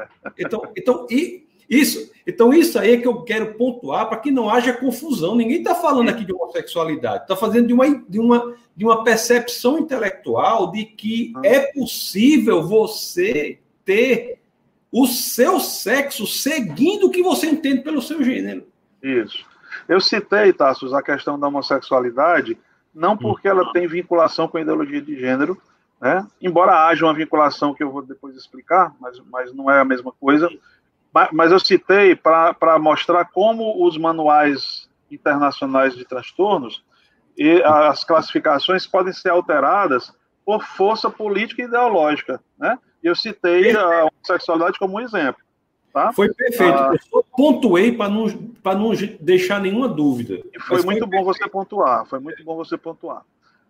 S1: Então, isso aí é que eu quero pontuar para que não haja confusão. Ninguém está falando aqui de homossexualidade. Está fazendo de uma percepção intelectual de que é possível você ter o seu sexo seguindo o que você entende pelo seu gênero.
S2: Isso. Eu citei, Tassos, a questão da homossexualidade, não porque ela tem vinculação com a ideologia de gênero, né? Embora haja uma vinculação que eu vou depois explicar, mas não é a mesma coisa. Mas eu citei para mostrar como os manuais internacionais de transtornos e as classificações podem ser alteradas por força política e ideológica, né? Eu citei a homossexualidade como um exemplo. Tá?
S1: Foi perfeito. Eu só pontuei para não deixar nenhuma dúvida.
S2: Foi muito bom você pontuar. Foi muito bom você pontuar.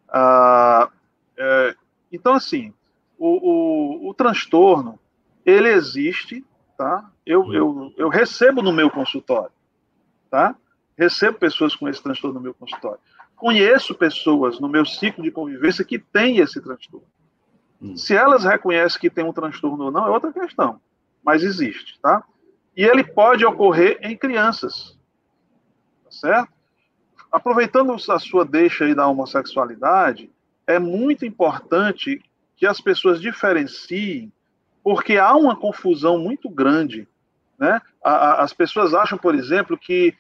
S2: Então, assim, o transtorno, ele existe, tá? Eu recebo no meu consultório, tá? Recebo pessoas com esse transtorno no meu consultório. Conheço pessoas no meu ciclo de convivência que têm esse transtorno. Se elas reconhecem que tem um transtorno ou não, é outra questão. Mas existe, tá? E ele pode ocorrer em crianças, tá certo? aproveitando a sua deixa aí da homossexualidade, é muito importante que as pessoas diferenciem, porque há uma confusão muito grande, né? As pessoas acham, por exemplo, que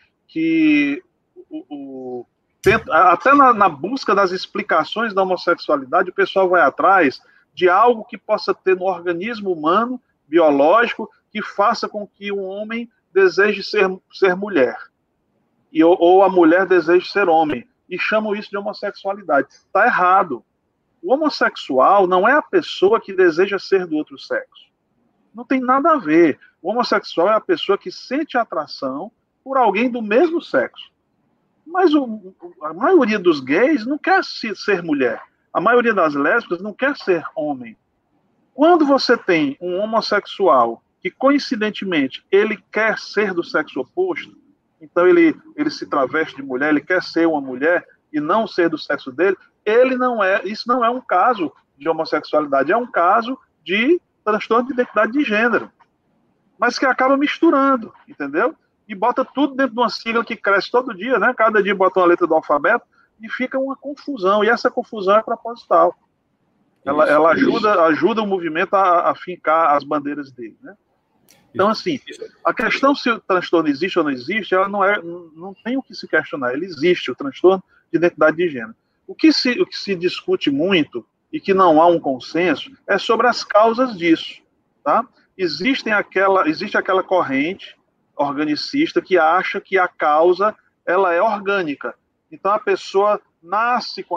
S2: até na busca das explicações da homossexualidade, o pessoal vai atrás de algo que possa ter no organismo humano, biológico, que faça com que um homem deseje ser mulher, ou a mulher deseje ser homem, e chamam isso de homossexualidade. Está errado. O homossexual não é a pessoa que deseja ser do outro sexo. Não tem nada a ver. O homossexual é a pessoa que sente atração por alguém do mesmo sexo. Mas a maioria dos gays não quer ser mulher. A maioria das lésbicas não quer ser homem. Quando você tem um homossexual que, coincidentemente, ele quer ser do sexo oposto, então ele se traveste de mulher, ele quer ser uma mulher e não ser do sexo dele, isso não é um caso de homossexualidade, é um caso de transtorno de identidade de gênero, mas que acaba misturando, entendeu? E bota tudo dentro de uma sigla que cresce todo dia, né? Cada dia bota uma letra do alfabeto e fica uma confusão, e essa confusão é proposital. Ela ajuda o movimento a fincar as bandeiras dele, né? Então, assim, a questão se o transtorno existe ou não existe, ela não tem o que se questionar. Ele existe, o transtorno de identidade de gênero. O que se discute muito e que não há um consenso é sobre as causas disso, tá? Existe aquela corrente organicista que acha que a causa ela é orgânica. Então, a pessoa nasce com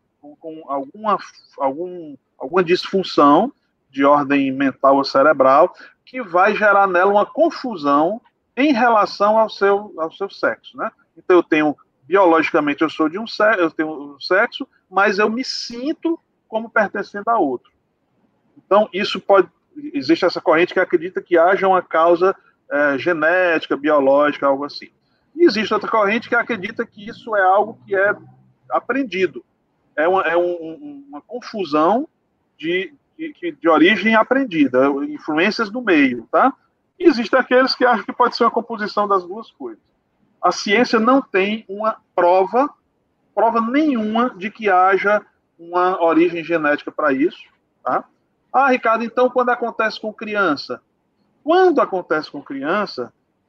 S2: alguma disfunção de ordem mental ou cerebral que vai gerar nela uma confusão em relação ao seu sexo, né? Então, biologicamente, eu sou eu tenho um sexo, mas eu me sinto como pertencendo a outro. Então, existe essa corrente que acredita que haja uma causa genética, biológica, algo assim. E existe outra corrente que acredita que isso é algo que é aprendido. É uma confusão de origem aprendida, influências do meio, tá? E existem aqueles que acham que pode ser uma composição das duas coisas. A ciência não tem uma prova nenhuma de que haja uma origem genética para isso, tá? Ah, Ricardo, então quando acontece com criança? Quando acontece com criança,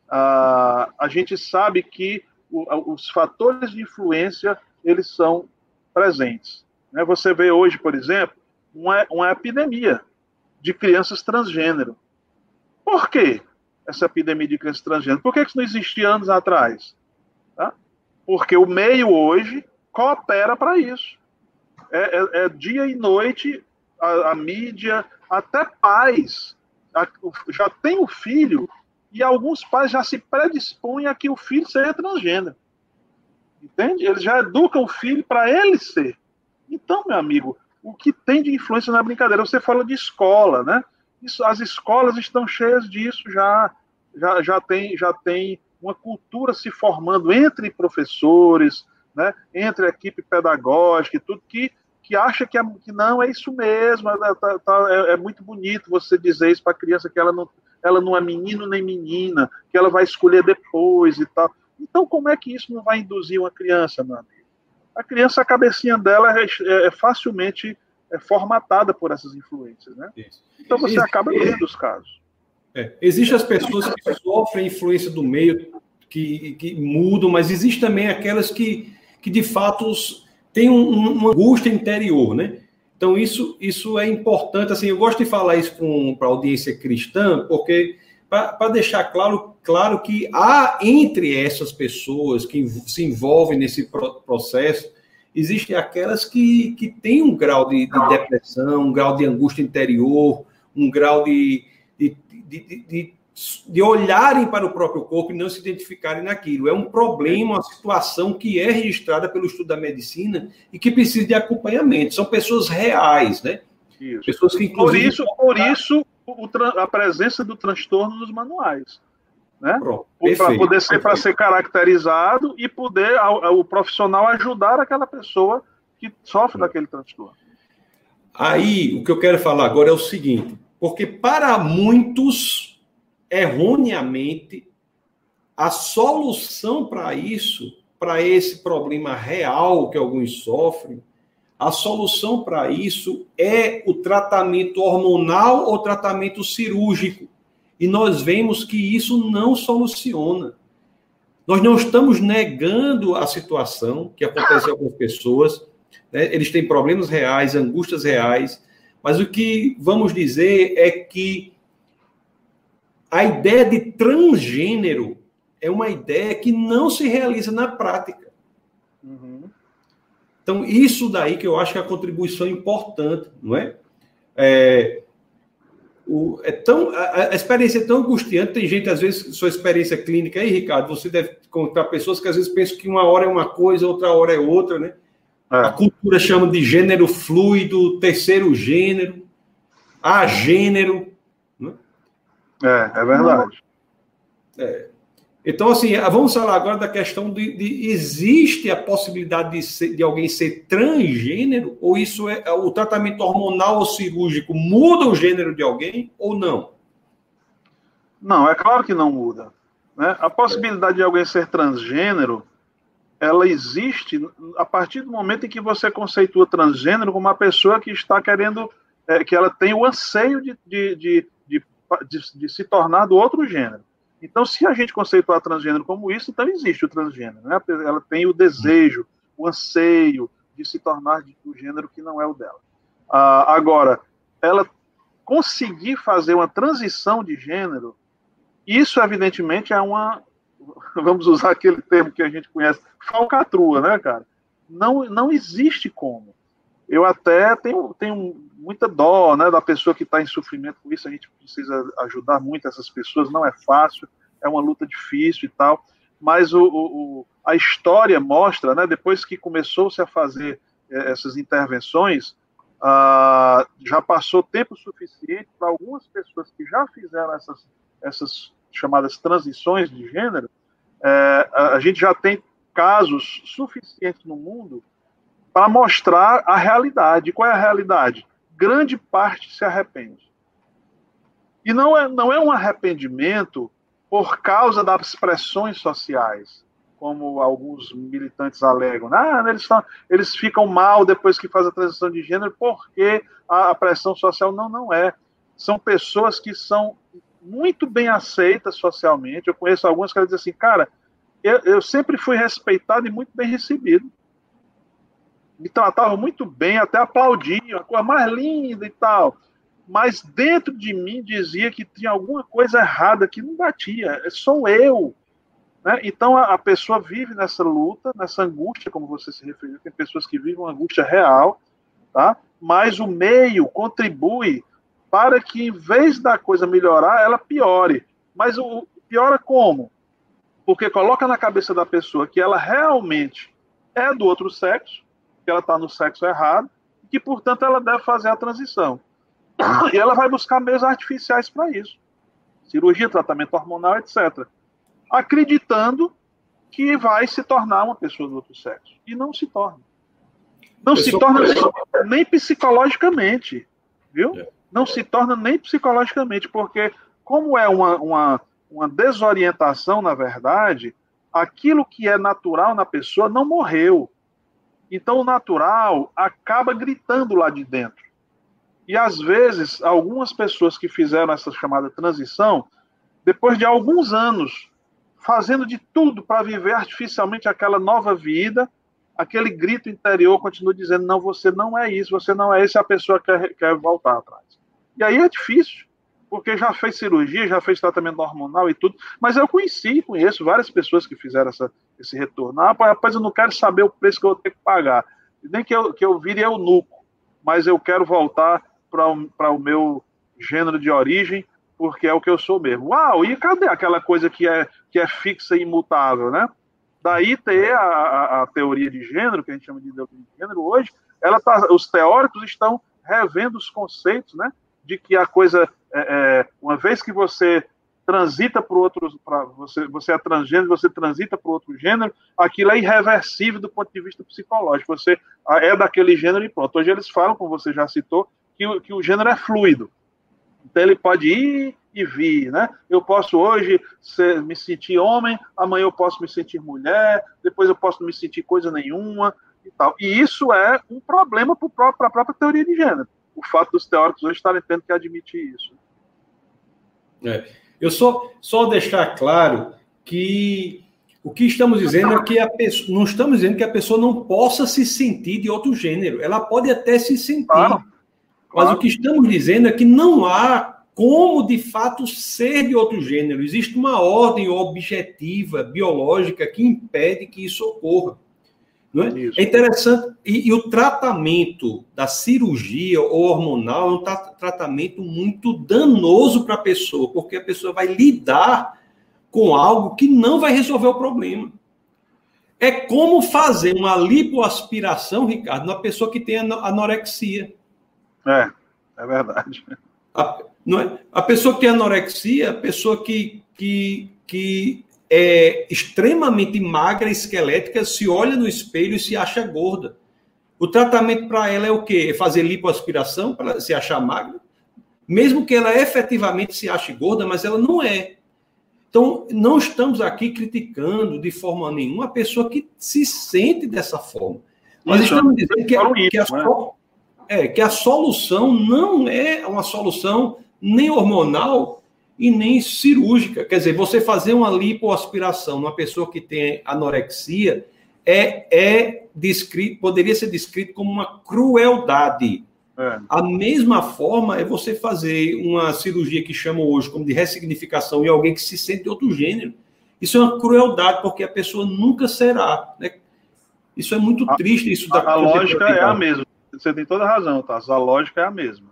S2: a gente sabe que os fatores de influência, eles são presentes. Né? Você vê hoje, por exemplo, uma epidemia de crianças transgênero. Por quê essa epidemia de crianças transgênero? Por que isso não existia anos atrás? Tá? Porque o meio hoje coopera para isso. É dia e noite, a mídia, até pais já tem o filho e alguns pais já se predispõem a que o filho seja transgênero. Entende? Eles já educam o filho para ele ser. Então, meu amigo, o que tem de influência na brincadeira? Você fala de escola, né? As escolas estão cheias disso já tem uma cultura se formando entre professores, né? Entre a equipe pedagógica e tudo, que acha que não é isso mesmo, é muito bonito você dizer isso para a criança, que ela não é menino nem menina, que ela vai escolher depois e tal. Então, como é que isso não vai induzir uma criança, meu amigo? A criança, a cabecinha dela é facilmente formatada por essas influências, né? Isso. Então, você acaba vendo os casos.
S1: Existem as pessoas que sofrem a influência do meio, que mudam, mas existem também aquelas que de fato têm uma angústia interior, né? Então, isso é importante. Assim, eu gosto de falar isso para a audiência cristã, porque para deixar claro que há entre essas pessoas que se envolvem nesse processo, existem aquelas que têm um grau de depressão, um grau de angústia interior, um grau de olharem para o próprio corpo e não se identificarem naquilo. É um problema, uma situação que é registrada pelo estudo da medicina e que precisa de acompanhamento. São pessoas reais, né?
S2: Isso.
S1: Pessoas que, inclusive...
S2: Por isso a presença do transtorno nos manuais. Né? Para ser caracterizado e poder o profissional ajudar aquela pessoa que sofre daquele transtorno.
S1: Aí, o que eu quero falar agora é o seguinte, porque para muitos, erroneamente, a solução para isso para esse problema real que alguns sofrem, a solução para isso é o tratamento hormonal ou tratamento cirúrgico. E nós vemos que isso não soluciona. Nós não estamos negando a situação que acontece em algumas pessoas, né? Eles têm problemas reais, angústias reais, mas o que vamos dizer é que a ideia de transgênero é uma ideia que não se realiza na prática.
S2: Uhum.
S1: Então, isso daí que eu acho que é a contribuição importante, não é? A experiência é tão angustiante, tem gente, às vezes, sua experiência clínica aí, Ricardo, você deve encontrar pessoas que às vezes pensam que uma hora é uma coisa, outra hora é outra, né? A cultura chama de gênero fluido, terceiro gênero, agênero. Né?
S2: É verdade.
S1: Então, assim, vamos falar agora da questão de existe a possibilidade de alguém ser transgênero, ou isso é o tratamento hormonal ou cirúrgico muda o gênero de alguém ou não?
S2: Não, é claro que não muda. Né? A possibilidade de alguém ser transgênero, ela existe a partir do momento em que você conceitua transgênero como uma pessoa que está querendo, que ela tem o anseio de se tornar do outro gênero. Então, se a gente conceituar transgênero como isso, então existe o transgênero. Né? Ela tem o desejo, o anseio de se tornar do gênero que não é o dela. Agora, ela conseguir fazer uma transição de gênero, isso, evidentemente, é uma... Vamos usar aquele termo que a gente conhece, falcatrua, né, cara? Não existe como. Eu até tenho muita dó, né, da pessoa que está em sofrimento com isso. A gente precisa ajudar muito essas pessoas, não é fácil, é uma luta difícil e tal, mas a história mostra, né, depois que começou-se a fazer essas intervenções, já passou tempo suficiente para algumas pessoas que já fizeram essas chamadas transições de gênero. A gente já tem casos suficientes no mundo para mostrar a realidade. Qual é a realidade? Grande parte se arrepende. E não é um arrependimento por causa das pressões sociais, como alguns militantes alegam. Eles ficam mal depois que fazem a transição de gênero porque a pressão social não é. São pessoas que são muito bem aceitas socialmente. Eu conheço algumas que dizem assim, cara, eu sempre fui respeitado e muito bem recebido. Me tratavam muito bem, até aplaudiam, a coisa mais linda e tal. Mas dentro de mim dizia que tinha alguma coisa errada, que não batia. Sou eu. Né? Então a pessoa vive nessa luta, nessa angústia, como você se referiu. Tem pessoas que vivem uma angústia real, tá? Mas o meio contribui para que, em vez da coisa melhorar, ela piore. Mas piora como? Porque coloca na cabeça da pessoa que ela realmente é do outro sexo, que ela está no sexo errado, e que, portanto, ela deve fazer a transição. E ela vai buscar meios artificiais para isso. Cirurgia, tratamento hormonal, etc. Acreditando que vai se tornar uma pessoa do outro sexo. E não se torna. Não se torna nem psicologicamente. Viu? Não se torna nem psicologicamente, porque como é uma desorientação, na verdade, aquilo que é natural na pessoa não morreu. Então, o natural acaba gritando lá de dentro. E, às vezes, algumas pessoas que fizeram essa chamada transição, depois de alguns anos, fazendo de tudo para viver artificialmente aquela nova vida, aquele grito interior continua dizendo, não, você não é isso, você não é isso, e a pessoa quer voltar atrás. E aí é difícil, porque já fez cirurgia, já fez tratamento hormonal e tudo, mas eu conheço várias pessoas que fizeram esse retorno. Rapaz, eu não quero saber o preço que eu vou ter que pagar, nem que eu vire eunuco, mas eu quero voltar para o meu gênero de origem, porque é o que eu sou mesmo. Uau, e cadê aquela coisa que é fixa e imutável, né? Daí ter a teoria de gênero, que a gente chama de ideologia de gênero hoje, os teóricos estão revendo os conceitos, né? De que a coisa, uma vez que você transita para o outro, você é transgênero, você transita para o outro gênero, aquilo é irreversível do ponto de vista psicológico. Você é daquele gênero e pronto. Hoje eles falam, como você já citou, que o gênero é fluido. Então ele pode ir e vir, né? Eu posso hoje me sentir homem, amanhã eu posso me sentir mulher, depois eu posso não me sentir coisa nenhuma e tal. E isso é um problema para a própria teoria de gênero. O fato dos teóricos hoje estarem tendo que admitir isso.
S1: Eu só deixar claro que o que estamos dizendo é que não estamos dizendo que a pessoa não possa se sentir de outro gênero. Ela pode até se sentir. Claro. Mas o que estamos dizendo é que não há como, de fato, ser de outro gênero. Existe uma ordem objetiva, biológica, que impede que isso ocorra. Não é? É interessante. E o tratamento da cirurgia ou hormonal é um tratamento muito danoso para a pessoa, porque a pessoa vai lidar com algo que não vai resolver o problema. É como fazer uma lipoaspiração, Ricardo, na pessoa que tem anorexia.
S2: É verdade.
S1: Não é? A pessoa que tem anorexia, a pessoa que é extremamente magra, esquelética, se olha no espelho e se acha gorda. O tratamento para ela é o quê? É fazer lipoaspiração para ela se achar magra? Mesmo que ela efetivamente se ache gorda, mas ela não é. Então, não estamos aqui criticando de forma nenhuma a pessoa que se sente dessa forma. Nós estamos dizendo que a solução não é uma solução nem hormonal e nem cirúrgica. Quer dizer, você fazer uma lipoaspiração numa pessoa que tem anorexia poderia ser descrito como uma crueldade. A mesma forma é você fazer uma cirurgia que chamam hoje como de ressignificação em alguém que se sente de outro gênero. Isso é uma crueldade, porque a pessoa nunca será. Né? Isso é muito triste. Isso
S2: a lógica é a mesma. Você tem toda a razão, tá? A lógica é a mesma.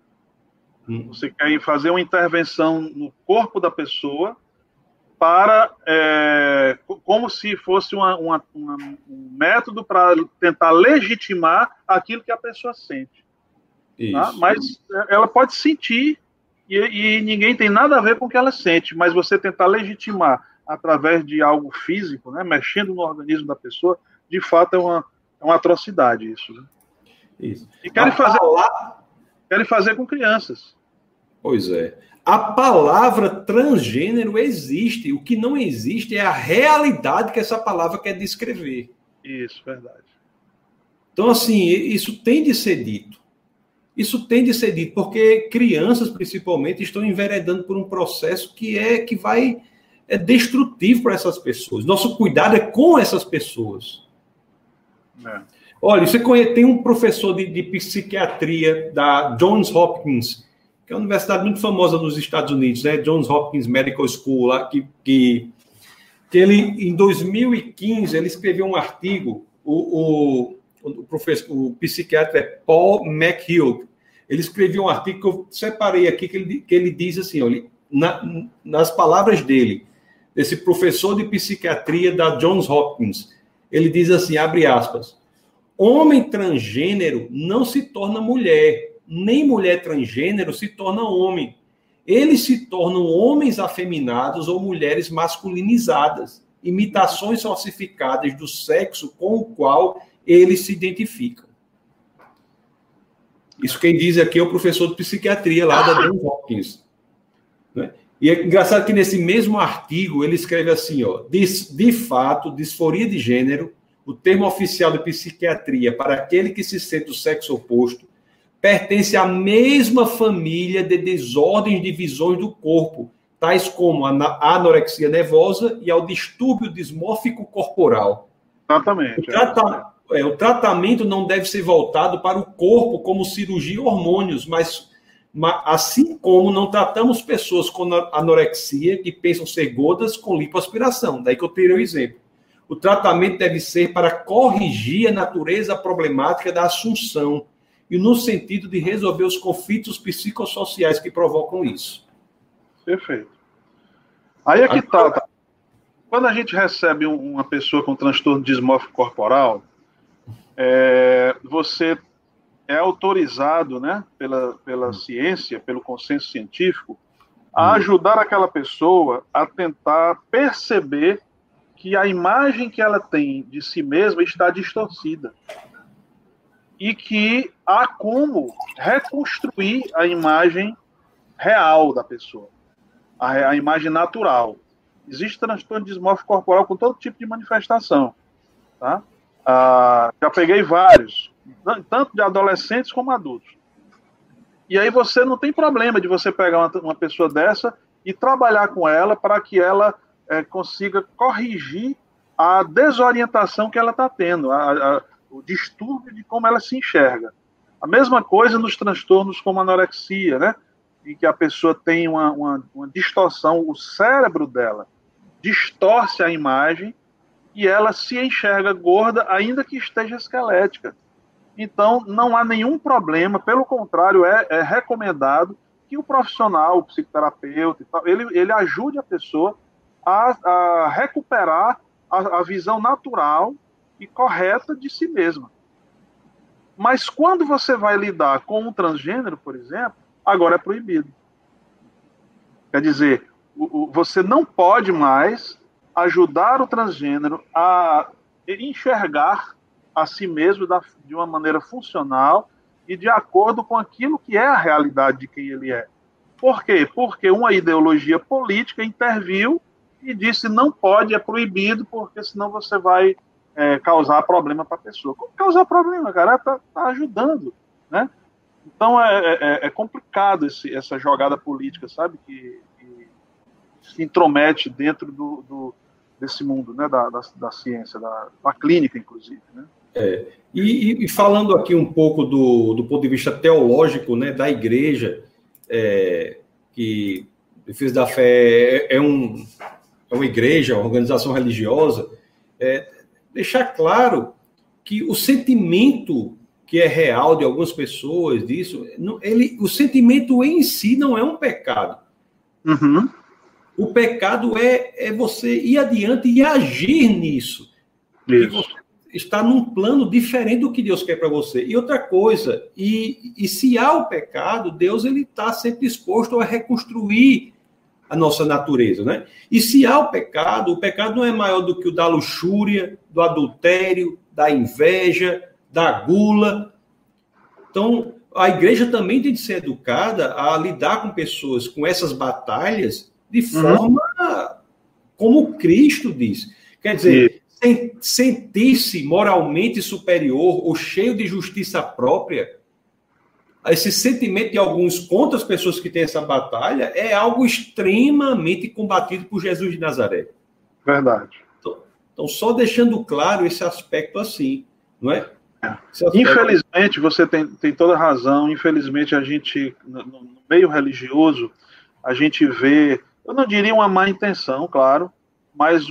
S2: Você quer fazer uma intervenção no corpo da pessoa para como se fosse um método para tentar legitimar aquilo que a pessoa sente. Tá? Mas ela pode sentir e ninguém tem nada a ver com o que ela sente, mas você tentar legitimar através de algo físico, né, mexendo no organismo da pessoa, de fato é uma atrocidade isso. Né?
S1: Isso.
S2: E querem fazer com crianças.
S1: Pois é. A palavra transgênero existe. O que não existe é a realidade que essa palavra quer descrever.
S2: Isso, verdade.
S1: Então, assim, isso tem de ser dito. Isso tem de ser dito, porque crianças, principalmente, estão enveredando por um processo que é destrutivo para essas pessoas. Nosso cuidado é com essas pessoas. Olha, tem um professor de psiquiatria da Johns Hopkins, que é uma universidade muito famosa nos Estados Unidos, né? Johns Hopkins Medical School, lá, que ele, em 2015, ele escreveu um artigo, o psiquiatra é Paul McHugh. Ele escreveu um artigo que eu separei aqui, que ele diz assim, olha, nas palavras dele, desse professor de psiquiatria da Johns Hopkins, ele diz assim, abre aspas, homem transgênero não se torna mulher, nem mulher transgênero se torna homem. Eles se tornam homens afeminados ou mulheres masculinizadas, imitações falsificadas do sexo com o qual eles se identificam. Isso quem diz aqui é o professor de psiquiatria lá da Johns Hopkins. Né? E é engraçado que nesse mesmo artigo ele escreve assim, ó, de fato, disforia de gênero, o termo oficial de psiquiatria para aquele que se sente do sexo oposto, pertence à mesma família de desordens de visões do corpo, tais como a anorexia nervosa e ao distúrbio dismórfico corporal.
S2: Exatamente.
S1: O tratamento não deve ser voltado para o corpo como cirurgia ou hormônios, mas assim como não tratamos pessoas com anorexia que pensam ser gordas com lipoaspiração. Daí que eu tirei o exemplo. O tratamento deve ser para corrigir a natureza problemática da assunção e no sentido de resolver os conflitos psicossociais que provocam isso.
S2: Perfeito. Aí é que tá. Quando a gente recebe uma pessoa com transtorno dismórfico corporal, você é autorizado, né, pela ciência, pelo consenso científico, a ajudar aquela pessoa a tentar perceber que a imagem que ela tem de si mesma está distorcida. E que há como reconstruir a imagem real da pessoa, a imagem natural. Existe transtorno dismórfico corporal com todo tipo de manifestação, tá? Já peguei vários, tanto de adolescentes como adultos. E aí você não tem problema de você pegar uma pessoa dessa e trabalhar com ela para que ela consiga corrigir a desorientação que ela está tendo, o distúrbio de como ela se enxerga. A mesma coisa nos transtornos como anorexia, né? Em que a pessoa tem uma distorção, o cérebro dela distorce a imagem e ela se enxerga gorda, ainda que esteja esquelética. Então, não há nenhum problema, pelo contrário, é recomendado que o profissional, o psicoterapeuta, e tal, ele ajude a pessoa a recuperar a visão natural e correta de si mesma. Mas quando você vai lidar com um transgênero, por exemplo, agora é proibido. Quer dizer, você não pode mais ajudar o transgênero a enxergar a si mesmo de uma maneira funcional e de acordo com aquilo que é a realidade de quem ele é. Por quê? Porque uma ideologia política interviu e disse não pode, é proibido, porque senão você vai causar problema para a pessoa. Como causar problema, cara? Está ajudando, né? Então é complicado essa jogada política, sabe? Que se intromete dentro desse mundo, né? Da ciência, da clínica, inclusive, né?
S1: E falando aqui um pouco do ponto de vista teológico, né, da igreja, que Defesa da Fé é uma igreja, uma organização religiosa, deixar claro que o sentimento que é real de algumas pessoas disso, o sentimento em si não é um pecado.
S2: Uhum.
S1: O pecado é você ir adiante e agir nisso.
S2: Isso.
S1: Está num plano diferente do que Deus quer para você. E outra coisa, e se há o pecado, Deus está sempre disposto a reconstruir a nossa natureza, né? E se há o pecado não é maior do que o da luxúria, do adultério, da inveja, da gula. Então, a igreja também tem de ser educada a lidar com pessoas com essas batalhas de forma como Cristo diz. Quer dizer, sentir-se moralmente superior ou cheio de justiça própria, esse sentimento de alguns contra as pessoas que têm essa batalha é algo extremamente combatido por Jesus de Nazaré.
S2: Verdade.
S1: Então só deixando claro esse aspecto assim, não é?
S2: Infelizmente, você tem toda razão, infelizmente a gente, no meio religioso, a gente vê, eu não diria uma má intenção, claro, mas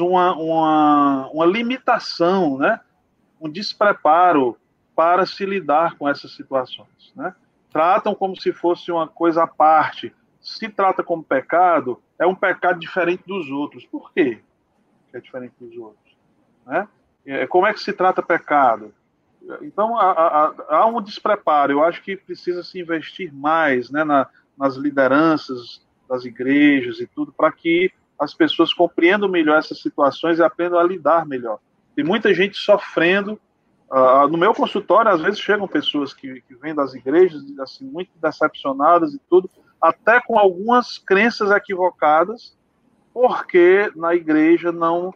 S2: uma limitação, né? Um despreparo para se lidar com essas situações, né? Tratam como se fosse uma coisa à parte. Se trata como pecado, é um pecado diferente dos outros. Por quê que é diferente dos outros? Né? Como é que se trata pecado? Então, há um despreparo. Eu acho que precisa se investir mais, né, nas lideranças das igrejas e tudo, para que as pessoas compreendam melhor essas situações e aprendam a lidar melhor. Tem muita gente sofrendo. No meu consultório, às vezes, chegam pessoas que vêm das igrejas assim, muito decepcionadas e tudo, até com algumas crenças equivocadas, porque na igreja não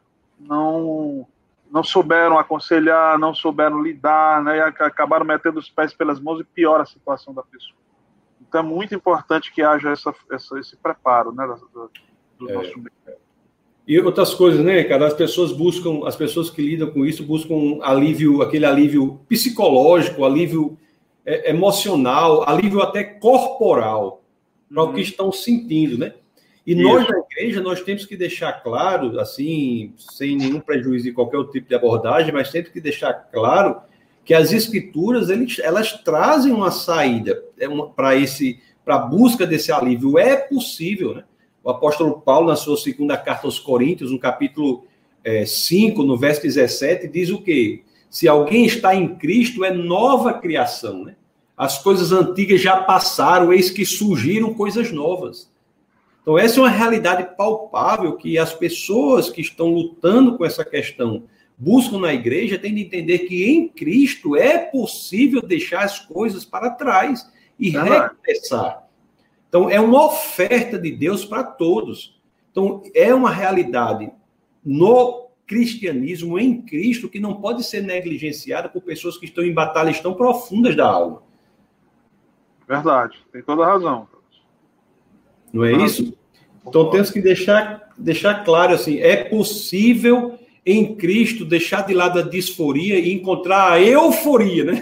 S2: souberam aconselhar, não souberam lidar, né, e acabaram metendo os pés pelas mãos e piora a situação da pessoa. Então é muito importante que haja esse preparo, né, do nosso meio.
S1: E outras coisas, né, cara? As pessoas que lidam com isso buscam alívio, aquele alívio psicológico, alívio emocional, alívio até corporal para o que estão sentindo, né? E isso. Nós, da igreja, nós temos que deixar claro, assim, sem nenhum prejuízo de qualquer outro tipo de abordagem, mas temos que deixar claro que as escrituras, elas trazem uma saída para a busca desse alívio. É possível, né? O apóstolo Paulo, na sua segunda carta aos Coríntios, no capítulo 5, no verso 17, diz o quê? Se alguém está em Cristo, é nova criação, né? As coisas antigas já passaram, eis que surgiram coisas novas. Então, essa é uma realidade palpável que as pessoas que estão lutando com essa questão buscam na igreja, têm de entender que em Cristo é possível deixar as coisas para trás e recomeçar. Então, é uma oferta de Deus para todos. Então, é uma realidade no cristianismo, em Cristo, que não pode ser negligenciada por pessoas que estão em batalhas tão profundas da alma.
S2: Verdade, tem toda a razão.
S1: Não é isso? Então, temos que deixar claro, assim, é possível em Cristo deixar de lado a disforia e encontrar a euforia, né?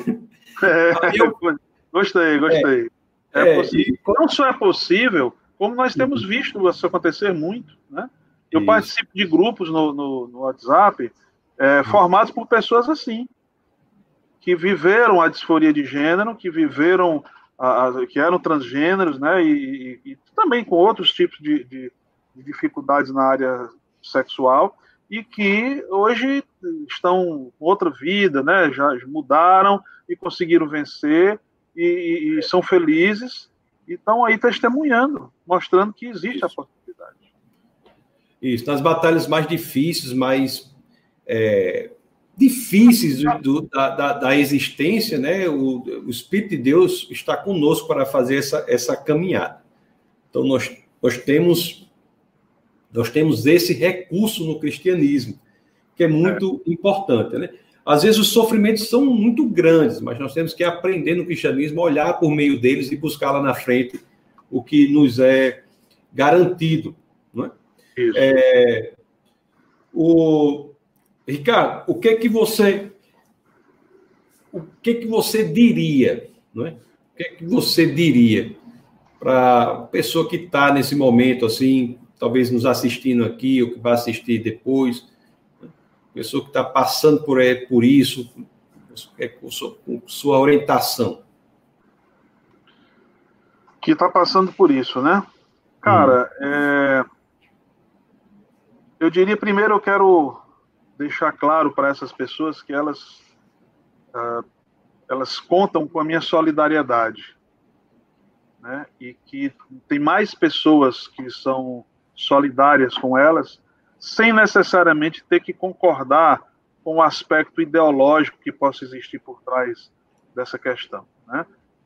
S2: Gostei. Não só é possível, como nós temos visto isso acontecer muito, né? Eu participo de grupos no WhatsApp formados por pessoas assim, que viveram a disforia de gênero, que viveram, que eram transgêneros, né? E também com outros tipos de dificuldades na área sexual, e que hoje estão com outra vida, né? Já mudaram e conseguiram vencer e são felizes e estão aí testemunhando, mostrando que existe a possibilidade.
S1: Isso, nas batalhas mais difíceis, mais difíceis da existência, né? O Espírito de Deus está conosco para fazer essa caminhada. Então, nós temos esse recurso no cristianismo, que é muito importante, né? Às vezes os sofrimentos são muito grandes, mas nós temos que aprender no cristianismo a olhar por meio deles e buscar lá na frente o que nos é garantido, não é? Ricardo, o que que você diria, não é? O que que você diria para a pessoa que está nesse momento, assim, talvez nos assistindo aqui, ou que vai assistir depois, né? Pessoa que está passando por isso, com sua orientação?
S2: Que está passando por isso, né? Cara, eu diria primeiro, eu quero deixar claro para essas pessoas que elas contam com a minha solidariedade, né? E que tem mais pessoas que são solidárias com elas, sem necessariamente ter que concordar com o aspecto ideológico que possa existir por trás dessa questão, né?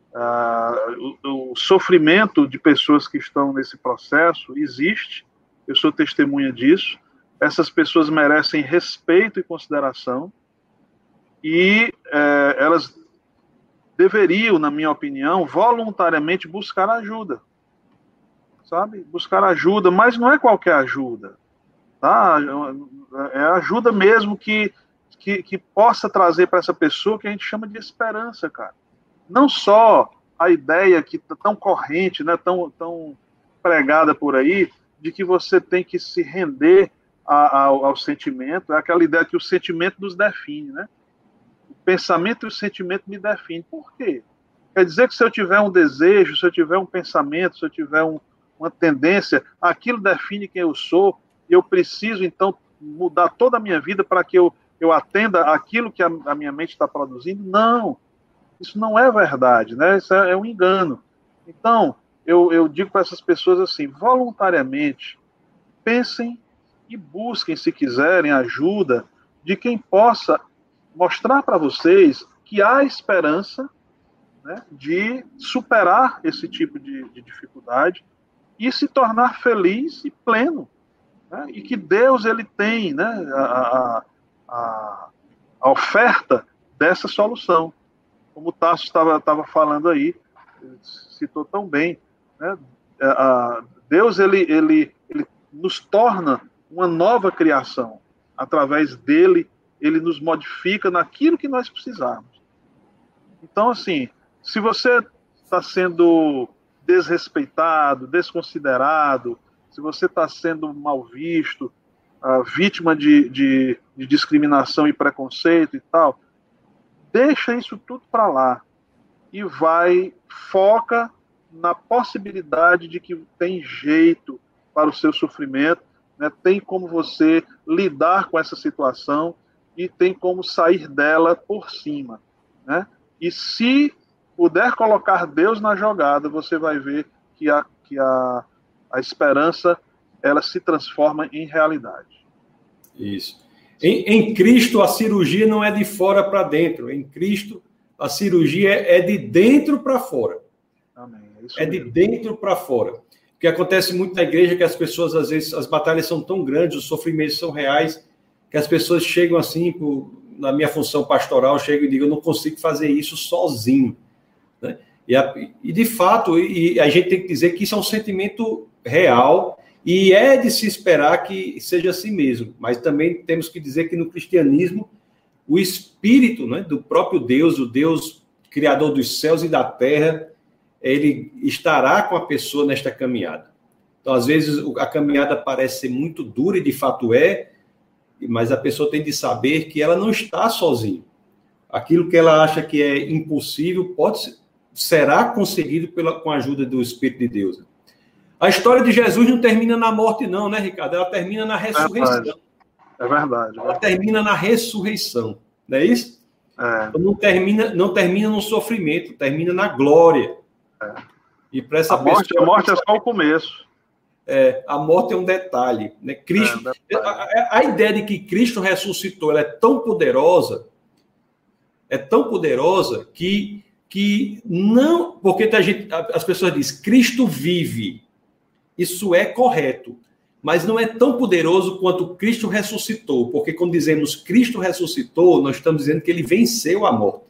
S2: O sofrimento de pessoas que estão nesse processo existe, eu sou testemunha disso. Essas pessoas merecem respeito e consideração, e elas deveriam, na minha opinião, voluntariamente buscar ajuda, sabe? Buscar ajuda, mas não é qualquer ajuda, tá? É ajuda mesmo que possa trazer para essa pessoa que a gente chama de esperança, cara. Não só a ideia que está tão corrente, né, tão pregada por aí, de que você tem que se render ao sentimento, é aquela ideia que o sentimento nos define, né? O pensamento e o sentimento me definem. Por quê? Quer dizer que se eu tiver um desejo, se eu tiver um pensamento, se eu tiver uma tendência, aquilo define quem eu sou, e eu preciso, então, mudar toda a minha vida para que eu atenda aquilo que a minha mente está produzindo? Não. Isso não é verdade, né? Isso é um engano. Então, eu digo para essas pessoas assim, voluntariamente, pensem e busquem, se quiserem, ajuda de quem possa mostrar para vocês que há esperança, né, de superar esse tipo de dificuldade e se tornar feliz e pleno, né? E que Deus ele tem, né, a oferta dessa solução. Como o Tasso estava falando aí, citou tão bem, né? Deus ele nos torna uma nova criação. Através dele, ele nos modifica naquilo que nós precisarmos. Então, assim, se você está sendo desrespeitado, desconsiderado, se você está sendo mal visto, vítima de discriminação e preconceito e tal, deixa isso tudo para lá e foca na possibilidade de que tem jeito para o seu sofrimento, né? Tem como você lidar com essa situação e tem como sair dela por cima, né? E se puder colocar Deus na jogada, você vai ver que a esperança ela se transforma em realidade.
S1: Isso. Em Cristo, a cirurgia não é de fora para dentro. Em Cristo, a cirurgia é de dentro para fora.
S2: Amém.
S1: É de dentro para fora. O que acontece muito na igreja é que as pessoas, às vezes, as batalhas são tão grandes, os sofrimentos são reais, que as pessoas chegam assim, na minha função pastoral, chegam e digam, eu não consigo fazer isso sozinho. Né? E de fato, a gente tem que dizer que isso é um sentimento real e é de se esperar que seja assim mesmo. Mas também temos que dizer que no cristianismo, o espírito, né, do próprio Deus, o Deus criador dos céus e da terra, ele estará com a pessoa nesta caminhada. Então, às vezes, a caminhada parece ser muito dura, e de fato é, mas a pessoa tem de saber que ela não está sozinha. Aquilo que ela acha que é impossível será conseguido com a ajuda do Espírito de Deus. A história de Jesus não termina na morte, não, né, Ricardo? Ela termina na ressurreição.
S2: É verdade.
S1: Ela termina na ressurreição, não é isso? Então, não termina no sofrimento, termina na glória. E para essa
S2: a morte é só o começo.
S1: A morte é um detalhe, né? Cristo, a ideia de que Cristo ressuscitou, ela é tão poderosa que não, porque as pessoas dizem Cristo vive, isso é correto, mas não é tão poderoso quanto Cristo ressuscitou, porque quando dizemos Cristo ressuscitou, nós estamos dizendo que ele venceu a morte.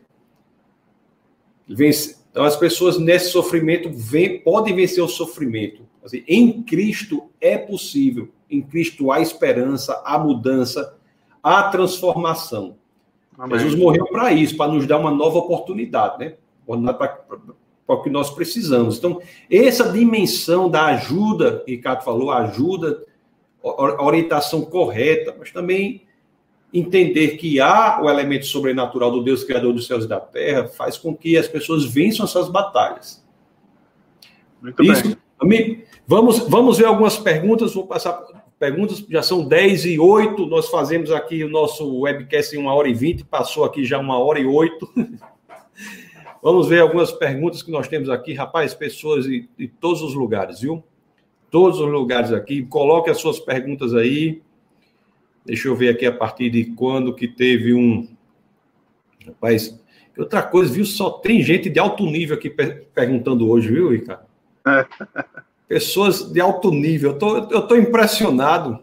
S1: Então, as pessoas nesse sofrimento podem vencer o sofrimento. Assim, em Cristo é possível. Em Cristo há esperança, há mudança, há transformação. Amém. Jesus morreu para isso, para nos dar uma nova oportunidade, né? Para o que nós precisamos. Então, essa dimensão da ajuda, que Ricardo falou, a ajuda, a orientação correta, mas também entender que há o elemento sobrenatural do Deus Criador dos céus e da terra, faz com que as pessoas vençam essas batalhas.
S2: Muito bem.
S1: Amigo, vamos ver algumas perguntas, vou passar perguntas, já são 10h08, nós fazemos aqui o nosso webcast em 1h20, passou aqui já 1h08. Vamos ver algumas perguntas que nós temos aqui, rapaz, pessoas de todos os lugares, viu? Todos os lugares aqui, coloque as suas perguntas aí. Deixa eu ver aqui a partir de quando que teve um... Rapaz, outra coisa, viu? Só tem gente de alto nível aqui perguntando hoje, viu, Ricardo? Pessoas de alto nível. Eu estou impressionado.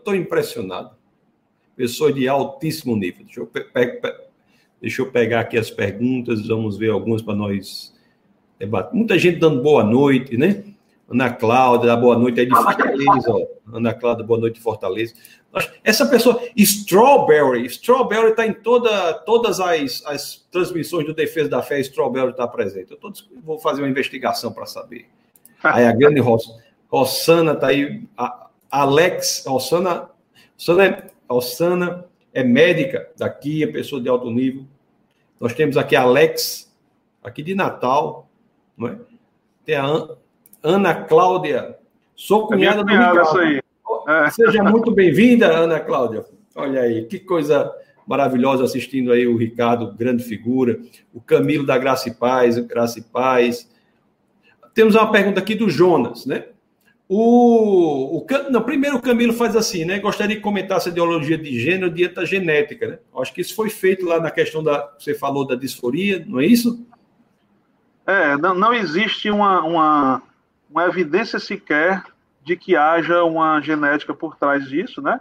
S1: Pessoas de altíssimo nível. Deixa eu pegar aqui as perguntas, vamos ver algumas para nós debater. Muita gente dando boa noite, né? Ana Cláudia, dá boa noite aí de Fortaleza, ó. Ana Cláudia, boa noite de Fortaleza. Essa pessoa, Strawberry está em todas as transmissões do Defesa da Fé, Strawberry está presente. Eu vou fazer uma investigação para saber. Aí a grande Rossana está aí, Alex, Rossana é médica daqui, é pessoa de alto nível. Nós temos aqui a Alex, aqui de Natal, não é? Tem a Ana Cláudia, sou cunhada do Ricardo. Aí. Seja muito bem-vinda, Ana Cláudia. Olha aí, que coisa maravilhosa assistindo aí o Ricardo, grande figura. O Camilo da Graça e Paz, Temos uma pergunta aqui do Jonas, né? Primeiro o Camilo faz assim, né? Gostaria de comentar essa ideologia de gênero diante da genética, né? Acho que isso foi feito lá na questão você falou da disforia, não é isso?
S2: Não existe uma evidência sequer de que haja uma genética por trás disso, né?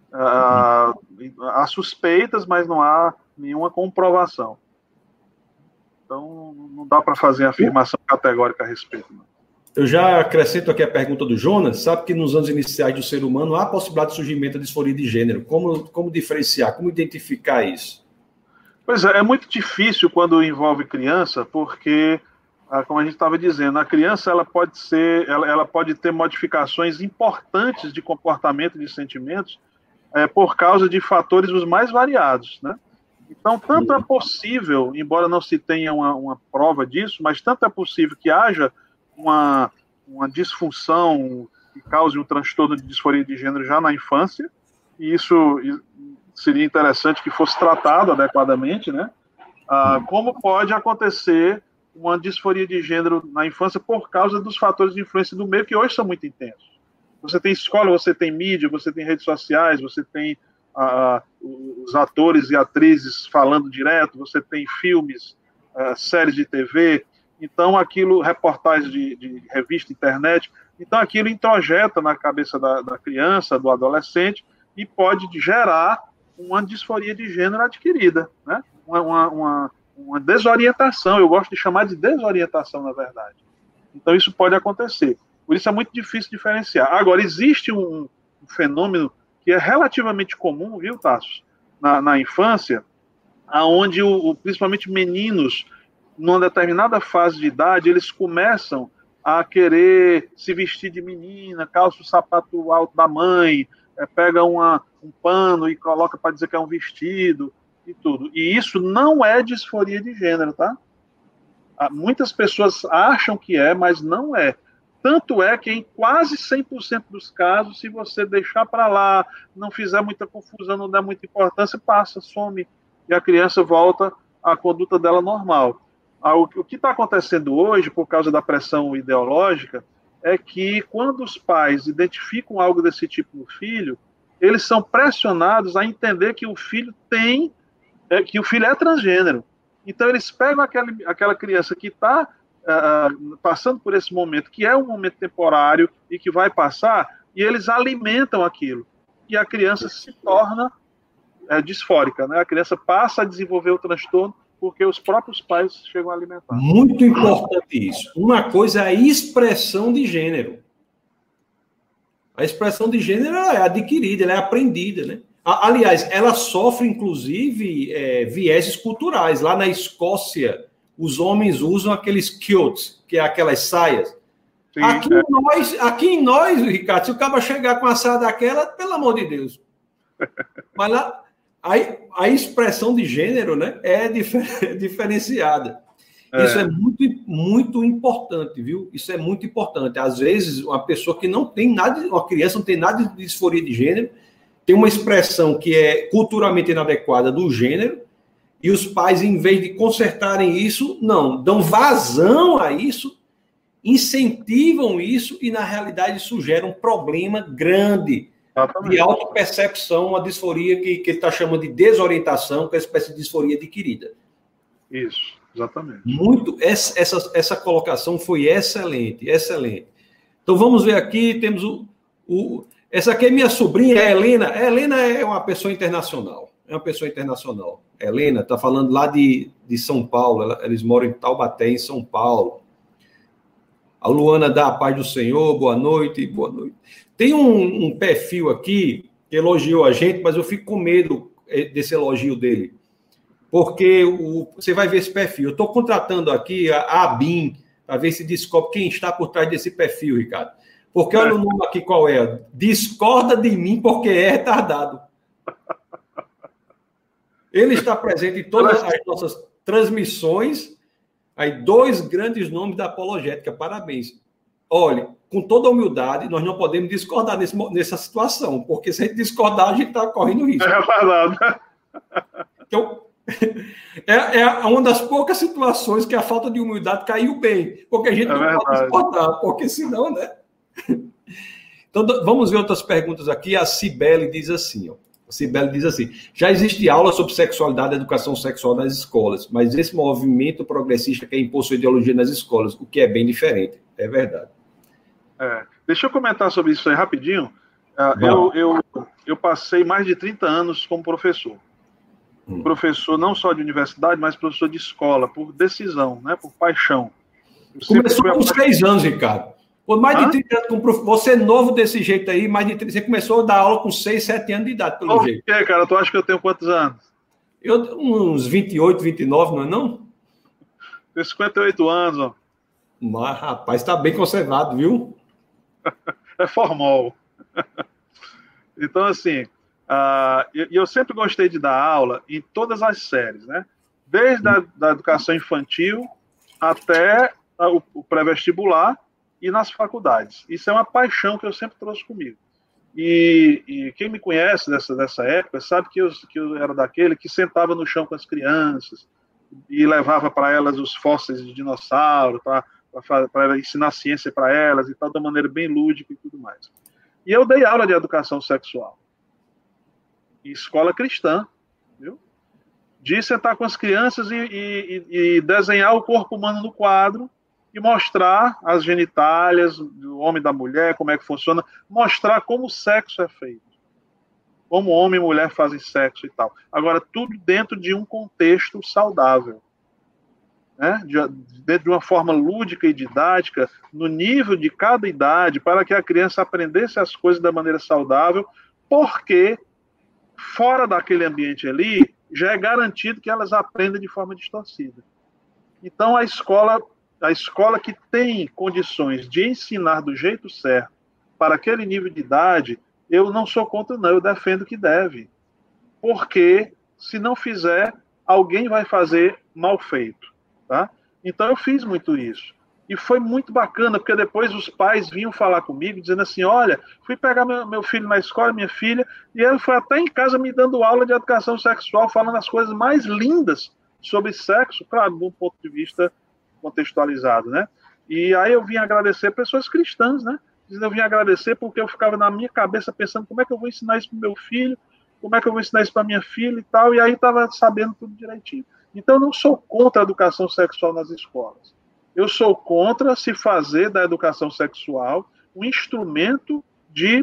S2: Há suspeitas, mas não há nenhuma comprovação. Então, não dá para fazer afirmação categórica a respeito. Não.
S1: Eu já acrescento aqui a pergunta do Jonas. Sabe que nos anos iniciais do ser humano há a possibilidade de surgimento da disforia de gênero. Como diferenciar? Como identificar isso?
S2: Pois é muito difícil quando envolve criança, porque, como a gente estava dizendo, a criança ela pode ter modificações importantes de comportamento e de sentimentos por causa de fatores os mais variados, né? Então, tanto é possível, embora não se tenha uma prova disso, mas tanto é possível que haja uma disfunção que cause um transtorno de disforia de gênero já na infância, e isso seria interessante que fosse tratado adequadamente, né? Como pode acontecer uma disforia de gênero na infância por causa dos fatores de influência do meio, que hoje são muito intensos. Você tem escola, você tem mídia, você tem redes sociais, você tem os atores e atrizes falando direto, você tem filmes, séries de TV, então aquilo, reportagens de revista, internet, então aquilo introjeta na cabeça da criança, do adolescente, e pode gerar uma disforia de gênero adquirida, né? Uma desorientação, eu gosto de chamar de desorientação, na verdade. Então isso pode acontecer. Por isso é muito difícil diferenciar. Agora, existe um fenômeno que é relativamente comum, viu, Tassos, na infância, onde principalmente meninos, numa determinada fase de idade, eles começam a querer se vestir de menina, calça o sapato alto da mãe, pega um pano e coloca para dizer que é um vestido e tudo. E isso não é disforia de gênero, tá? Muitas pessoas acham que é, mas não é. Tanto é que em quase 100% dos casos, se você deixar para lá, não fizer muita confusão, não der muita importância, passa, some, e a criança volta à conduta dela normal. O que está acontecendo hoje, por causa da pressão ideológica, é que quando os pais identificam algo desse tipo no filho, eles são pressionados a entender que o filho é transgênero. Então eles pegam aquela criança que está passando por esse momento, que é um momento temporário e que vai passar, e eles alimentam aquilo. E a criança se torna disfórica, né? A criança passa a desenvolver o transtorno porque os próprios pais chegam a alimentar.
S1: Muito importante isso. Uma coisa é a expressão de gênero. A expressão de gênero é adquirida, ela é aprendida, né? Aliás, ela sofre, inclusive, vieses culturais. Lá na Escócia, os homens usam aqueles kilts, que é aquelas saias. Sim, aqui em nós, Ricardo, se o cara chegar com a saia daquela, pelo amor de Deus. Mas lá, a expressão de gênero, né, é diferenciada. Isso é muito, muito importante, viu? Isso é muito importante. Às vezes, uma pessoa que não tem nada, uma criança não tem nada de disforia de gênero, tem uma expressão que é culturalmente inadequada do gênero, e os pais, em vez de consertarem isso, não, dão vazão a isso, incentivam isso, e na realidade isso gera um problema grande de autopercepção, uma disforia que ele está chamando de desorientação, que é uma espécie de disforia adquirida.
S2: Isso, exatamente.
S1: Essa colocação foi excelente, excelente. Então vamos ver aqui, temos essa aqui é minha sobrinha, a Helena. A Helena é uma pessoa internacional. É uma pessoa internacional. A Helena está falando lá de São Paulo. Eles moram em Taubaté, em São Paulo. A Luana dá a paz do Senhor. Boa noite, boa noite. Tem um perfil aqui que elogiou a gente, mas eu fico com medo desse elogio dele. Porque você vai ver esse perfil. Eu estou contratando aqui a ABIN para ver se descobre quem está por trás desse perfil, Ricardo. Porque olha o nome aqui qual é. Discorda de mim porque é retardado. Ele está presente em todas as nossas transmissões. Aí, 2 grandes nomes da apologética. Parabéns. Olha, com toda a humildade, nós não podemos discordar nessa situação, porque se a gente discordar, a gente está correndo risco.
S2: É verdade.
S1: Então, é uma das poucas situações que a falta de humildade caiu bem, porque a gente não pode discordar, porque senão, né? Então, vamos ver outras perguntas aqui. A Cibele diz assim, já existe aula sobre sexualidade e educação sexual nas escolas, mas esse movimento progressista quer impor sua ideologia nas escolas, o que é bem diferente. É verdade.
S2: Deixa eu comentar sobre isso aí rapidinho. Eu passei mais de 30 anos como professor. Professor não só de universidade, mas professor de escola, por decisão, né, por paixão.
S1: Começou com 6 anos, Ricardo. Por mais de 30 anos, você é novo desse jeito aí, você começou a dar aula com 6, 7 anos de idade, pelo jeito.
S2: Por quê, cara? Tu acha que eu tenho quantos anos?
S1: Uns 28, 29, não é não?
S2: Tenho 58 anos, ó.
S1: Mas, rapaz, está bem conservado, viu?
S2: É formal. Então, assim, eu sempre gostei de dar aula em todas as séries, né? Desde a educação infantil até o pré-vestibular e nas faculdades. Isso é uma paixão que eu sempre trouxe comigo. E quem me conhece dessa época sabe que eu era daquele que sentava no chão com as crianças e levava para elas os fósseis de dinossauro, para ensinar ciência para elas e tal, de uma maneira bem lúdica e tudo mais. E eu dei aula de educação sexual em escola cristã, viu? de sentar com as crianças e desenhar o corpo humano no quadro e mostrar as genitálias do homem e da mulher, como é que funciona, mostrar como o sexo é feito, como homem e mulher fazem sexo e tal. Agora, tudo dentro de um contexto saudável, né? Dentro de uma forma lúdica e didática, no nível de cada idade, para que a criança aprendesse as coisas da maneira saudável, porque fora daquele ambiente ali, já é garantido que elas aprendem de forma distorcida. Então, a escola que tem condições de ensinar do jeito certo para aquele nível de idade, eu não sou contra, não, eu defendo que deve. Porque, se não fizer, alguém vai fazer mal feito. Tá? Então, eu fiz muito isso. E foi muito bacana, porque depois os pais vinham falar comigo, dizendo assim, olha, fui pegar meu filho na escola, minha filha, e ele foi até em casa me dando aula de educação sexual, falando as coisas mais lindas sobre sexo, claro, de um ponto de vista contextualizado, né? E aí eu vim agradecer pessoas cristãs, né? Eu vim agradecer porque eu ficava na minha cabeça pensando como é que eu vou ensinar isso para o meu filho, como é que eu vou ensinar isso para minha filha e tal, e aí estava sabendo tudo direitinho. Então, eu não sou contra a educação sexual nas escolas. Eu sou contra se fazer da educação sexual um instrumento de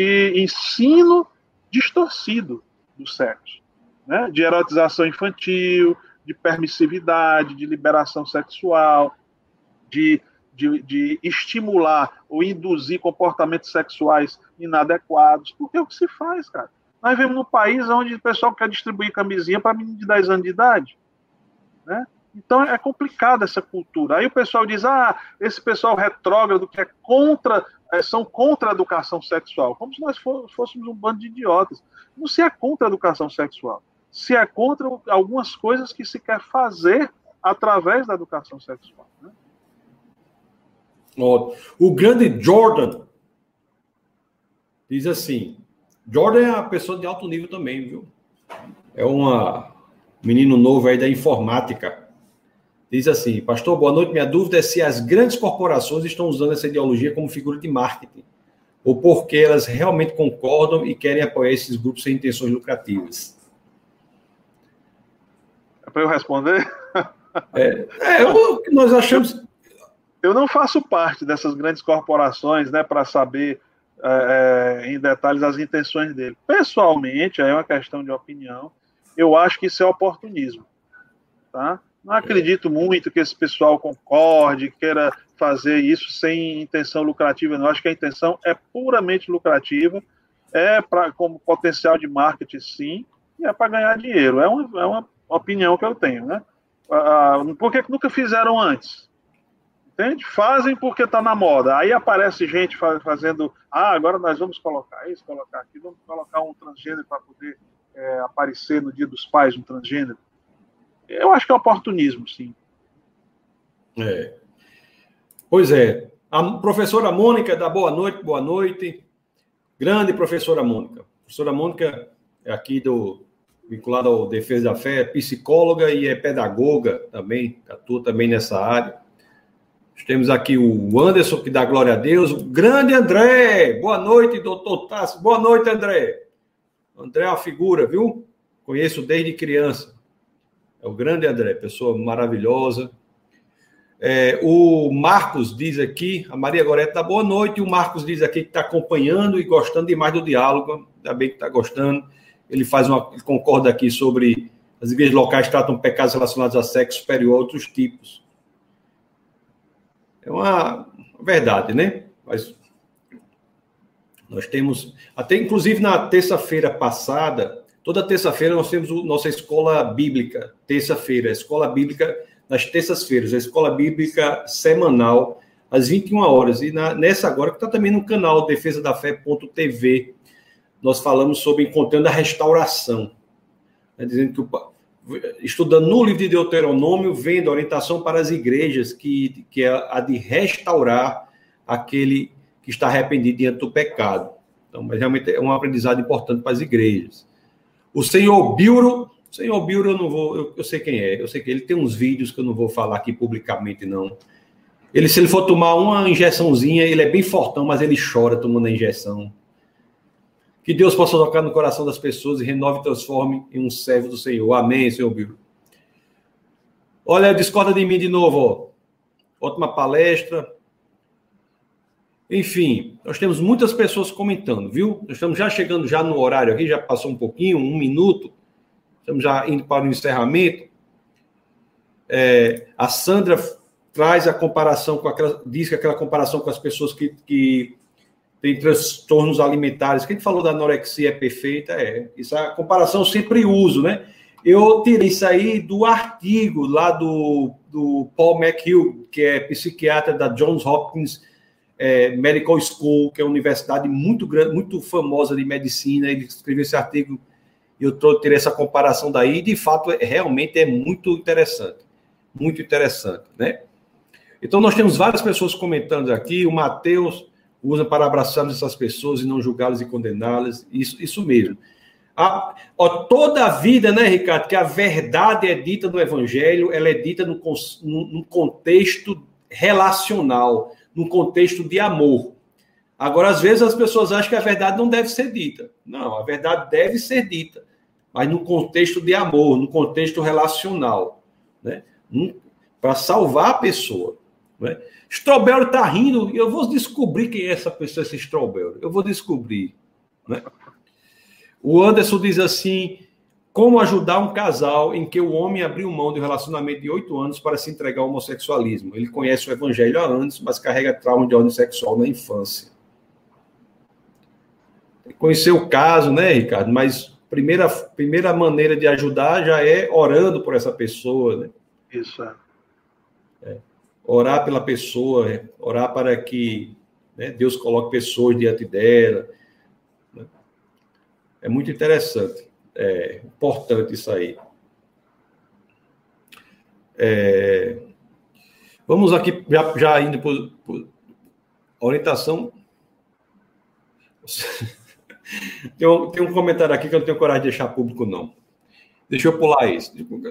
S2: ensino distorcido do sexo, né? De erotização infantil, de permissividade, de liberação sexual, de estimular ou induzir comportamentos sexuais inadequados, porque é o que se faz, cara. Nós vivemos num país onde o pessoal quer distribuir camisinha para menino de 10 anos de idade, né? Então é complicada essa cultura. Aí o pessoal diz, esse pessoal retrógrado que são contra a educação sexual. Como se nós fôssemos um bando de idiotas. Não se é contra a educação sexual. Se é contra algumas coisas que se quer fazer através da educação sexual. Né?
S1: O grande Jordan diz assim, Jordan é uma pessoa de alto nível também, viu? É um menino novo aí da informática. Diz assim, pastor, boa noite, minha dúvida é se as grandes corporações estão usando essa ideologia como figura de marketing, ou porque elas realmente concordam e querem apoiar esses grupos sem intenções lucrativas.
S2: É para eu responder?
S1: O que nós achamos...
S2: Eu não faço parte dessas grandes corporações, né, para saber em detalhes as intenções dele. Pessoalmente, aí é uma questão de opinião, eu acho que isso é oportunismo, tá? Não acredito muito que esse pessoal concorde, queira fazer isso sem intenção lucrativa. Não, acho que a intenção é puramente lucrativa, como potencial de marketing, sim, e é para ganhar dinheiro. É uma opinião que eu tenho, né? Por que nunca fizeram antes? Entende? Fazem porque está na moda. Aí aparece gente fazendo, agora nós vamos colocar isso, colocar aquilo, vamos colocar um transgênero para poder aparecer no Dia dos Pais, um transgênero. Eu acho que é oportunismo, sim.
S1: Pois é. A professora Mônica dá boa noite. Grande professora Mônica. A professora Mônica é aqui vinculada ao Defesa da Fé, é psicóloga e é pedagoga também, atua também nessa área. Nós temos aqui o Anderson, que dá glória a Deus. O grande André. Boa noite, doutor Tasso. Boa noite, André. André é uma figura, viu? Conheço desde criança. É o grande André, pessoa maravilhosa. O Marcos diz aqui, a Maria Gorete dá boa noite, o Marcos diz aqui que está acompanhando e gostando demais do diálogo, ainda bem que está gostando. Ele concorda aqui sobre as igrejas locais tratam pecados relacionados a sexo superior a outros tipos. É uma verdade, né? Mas nós temos, até inclusive na terça-feira passada, toda terça-feira nós temos nossa escola bíblica, terça-feira, a escola bíblica nas terças-feiras, a escola bíblica semanal, às 21 horas. E nessa agora, que está também no canal defesadafé.tv, nós falamos sobre encontrando a restauração. Né, dizendo que, estudando no livro de Deuteronômio, vendo a orientação para as igrejas, que é a de restaurar aquele que está arrependido diante do pecado. Então, mas realmente é um aprendizado importante para as igrejas. O senhor Bilro eu não vou, eu sei quem é, eu sei que ele tem uns vídeos que eu não vou falar aqui publicamente, não. Se ele for tomar uma injeçãozinha, ele é bem fortão, mas ele chora tomando a injeção. Que Deus possa tocar no coração das pessoas e renove e transforme em um servo do Senhor. Amém, Senhor Bíblia. Olha, discorda de mim de novo, ó. Ótima palestra. Enfim, nós temos muitas pessoas comentando, viu? Nós estamos já chegando já no horário aqui, já passou um pouquinho, 1 minuto. Estamos já indo para o encerramento. A Sandra traz a comparação com aquela, diz que aquela comparação com as pessoas que têm transtornos alimentares, que a gente falou da anorexia é perfeita, isso a comparação eu sempre uso, né? Eu tirei isso aí do artigo lá do Paul McHugh, que é psiquiatra da Johns Hopkins Medical School, que é uma universidade muito grande, muito famosa de medicina. Ele escreveu esse artigo e eu tirei essa comparação daí, e de fato realmente é muito interessante, né? Então nós temos várias pessoas comentando aqui. O Mateus usa para abraçarmos essas pessoas e não julgá-las e condená-las, isso mesmo. Toda a vida, né, Ricardo, que a verdade é dita no Evangelho, ela é dita num contexto relacional, num contexto de amor. Agora, às vezes, as pessoas acham que a verdade não deve ser dita. Não, a verdade deve ser dita, mas num contexto de amor, num contexto relacional, né? Para salvar a pessoa. Né? Strobel está rindo, e eu vou descobrir quem é essa pessoa, esse Strobel. Eu vou descobrir. Né? O Anderson diz assim: como ajudar um casal em que o homem abriu mão de um relacionamento de 8 anos para se entregar ao homossexualismo? Ele conhece o evangelho há anos, mas carrega trauma de ordem sexual na infância. Conheceu o caso, né, Ricardo? Mas primeira maneira de ajudar já é orando por essa pessoa, né?
S2: Isso
S1: Orar pela pessoa, orar para que, né, Deus coloque pessoas diante dela. Né? É muito interessante. É importante isso aí. Vamos aqui, já indo por orientação. Tem um comentário aqui que eu não tenho coragem de deixar público, não. Deixa eu pular isso.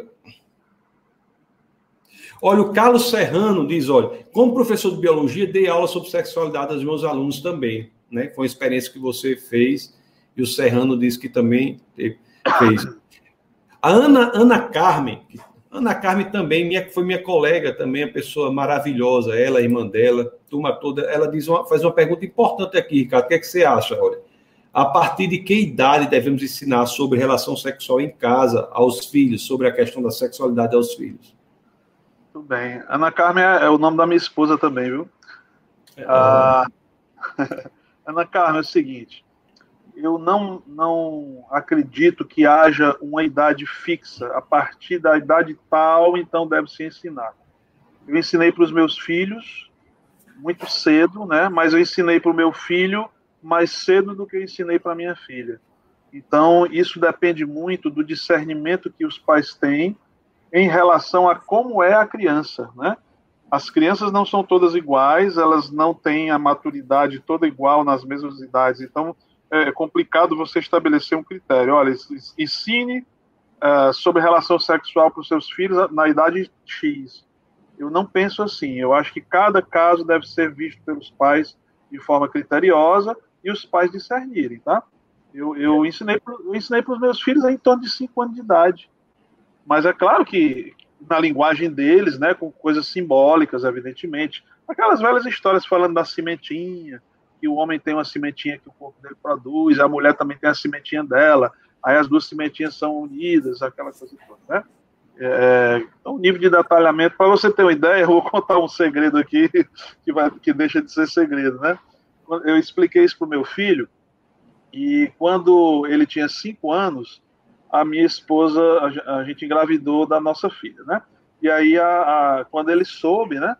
S1: Olha, o Carlos Serrano diz, olha, como professor de biologia, dei aula sobre sexualidade aos meus alunos também. Né? Foi uma experiência que você fez, e o Serrano disse que também fez. A Ana Carmen também foi minha colega, também, uma pessoa maravilhosa, ela, a irmã dela, turma toda. Ela faz uma pergunta importante aqui, Ricardo. O que é que você acha? Olha, a partir de que idade devemos ensinar sobre relação sexual em casa aos filhos, sobre a questão da sexualidade aos filhos?
S2: Tudo bem. Ana Carmen é o nome da minha esposa também, viu? Ana Carmen, é o seguinte: eu não acredito que haja uma idade fixa. A partir da idade tal, então deve-se ensinar. Eu ensinei para os meus filhos muito cedo, né? Mas eu ensinei para o meu filho mais cedo do que eu ensinei para minha filha. Então, isso depende muito do discernimento que os pais têm em relação a como é a criança, né? As crianças não são todas iguais, elas não têm a maturidade toda igual nas mesmas idades. Então, é complicado você estabelecer um critério. Olha, ensine sobre relação sexual para os seus filhos na idade X. Eu não penso assim. Eu acho que cada caso deve ser visto pelos pais de forma criteriosa e os pais discernirem, tá? Eu ensinei para os meus filhos em torno de 5 anos de idade. Mas é claro que na linguagem deles, né, com coisas simbólicas, evidentemente. Aquelas velhas histórias falando da sementinha, que o homem tem uma sementinha que o corpo dele produz, a mulher também tem a sementinha dela, aí as duas sementinhas são unidas, aquela coisa toda, né? Então, o nível de detalhamento, para você ter uma ideia, eu vou contar um segredo aqui, que deixa de ser segredo, né? Eu expliquei isso para o meu filho, e quando ele tinha 5 anos, a minha esposa, a gente engravidou da nossa filha, né? E aí, quando ele soube, né,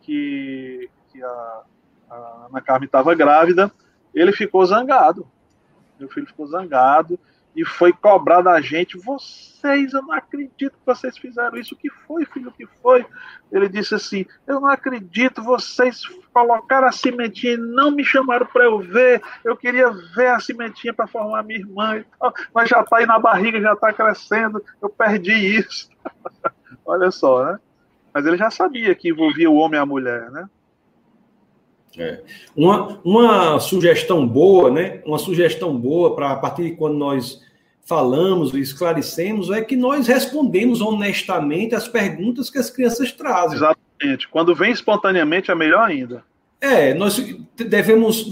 S2: que a Ana Carmen estava grávida, ele ficou zangado. Meu filho ficou zangado e foi cobrar da gente: vocês, eu não acredito que vocês fizeram isso. O que foi, filho? O que foi? Ele disse assim: eu não acredito, vocês colocaram a sementinha e não me chamaram para eu ver. Eu queria ver a sementinha para formar minha irmã e tal, mas já está aí na barriga, já está crescendo, eu perdi isso. Olha só, né? Mas ele já sabia que envolvia o homem e a mulher, né?
S1: Uma sugestão boa, né? Uma sugestão boa para a partir de quando nós falamos e esclarecemos é que nós respondemos honestamente as perguntas que as crianças trazem.
S2: Exatamente. Quando vem espontaneamente é melhor ainda.
S1: Nós devemos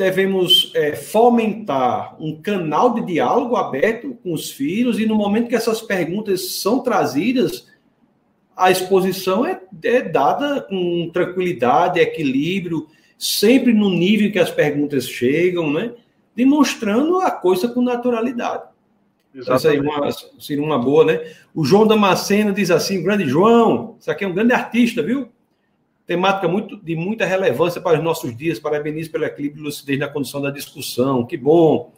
S1: fomentar um canal de diálogo aberto com os filhos e no momento que essas perguntas são trazidas, a exposição é dada com tranquilidade, equilíbrio, sempre no nível que as perguntas chegam, né? Demonstrando a coisa com naturalidade. Exatamente. Essa seria uma boa, né? O João Damasceno diz assim, grande João, isso aqui é um grande artista, viu? Temática de muita relevância para os nossos dias, parabenizo pelo equilíbrio e lucidez na condução da discussão, que bom.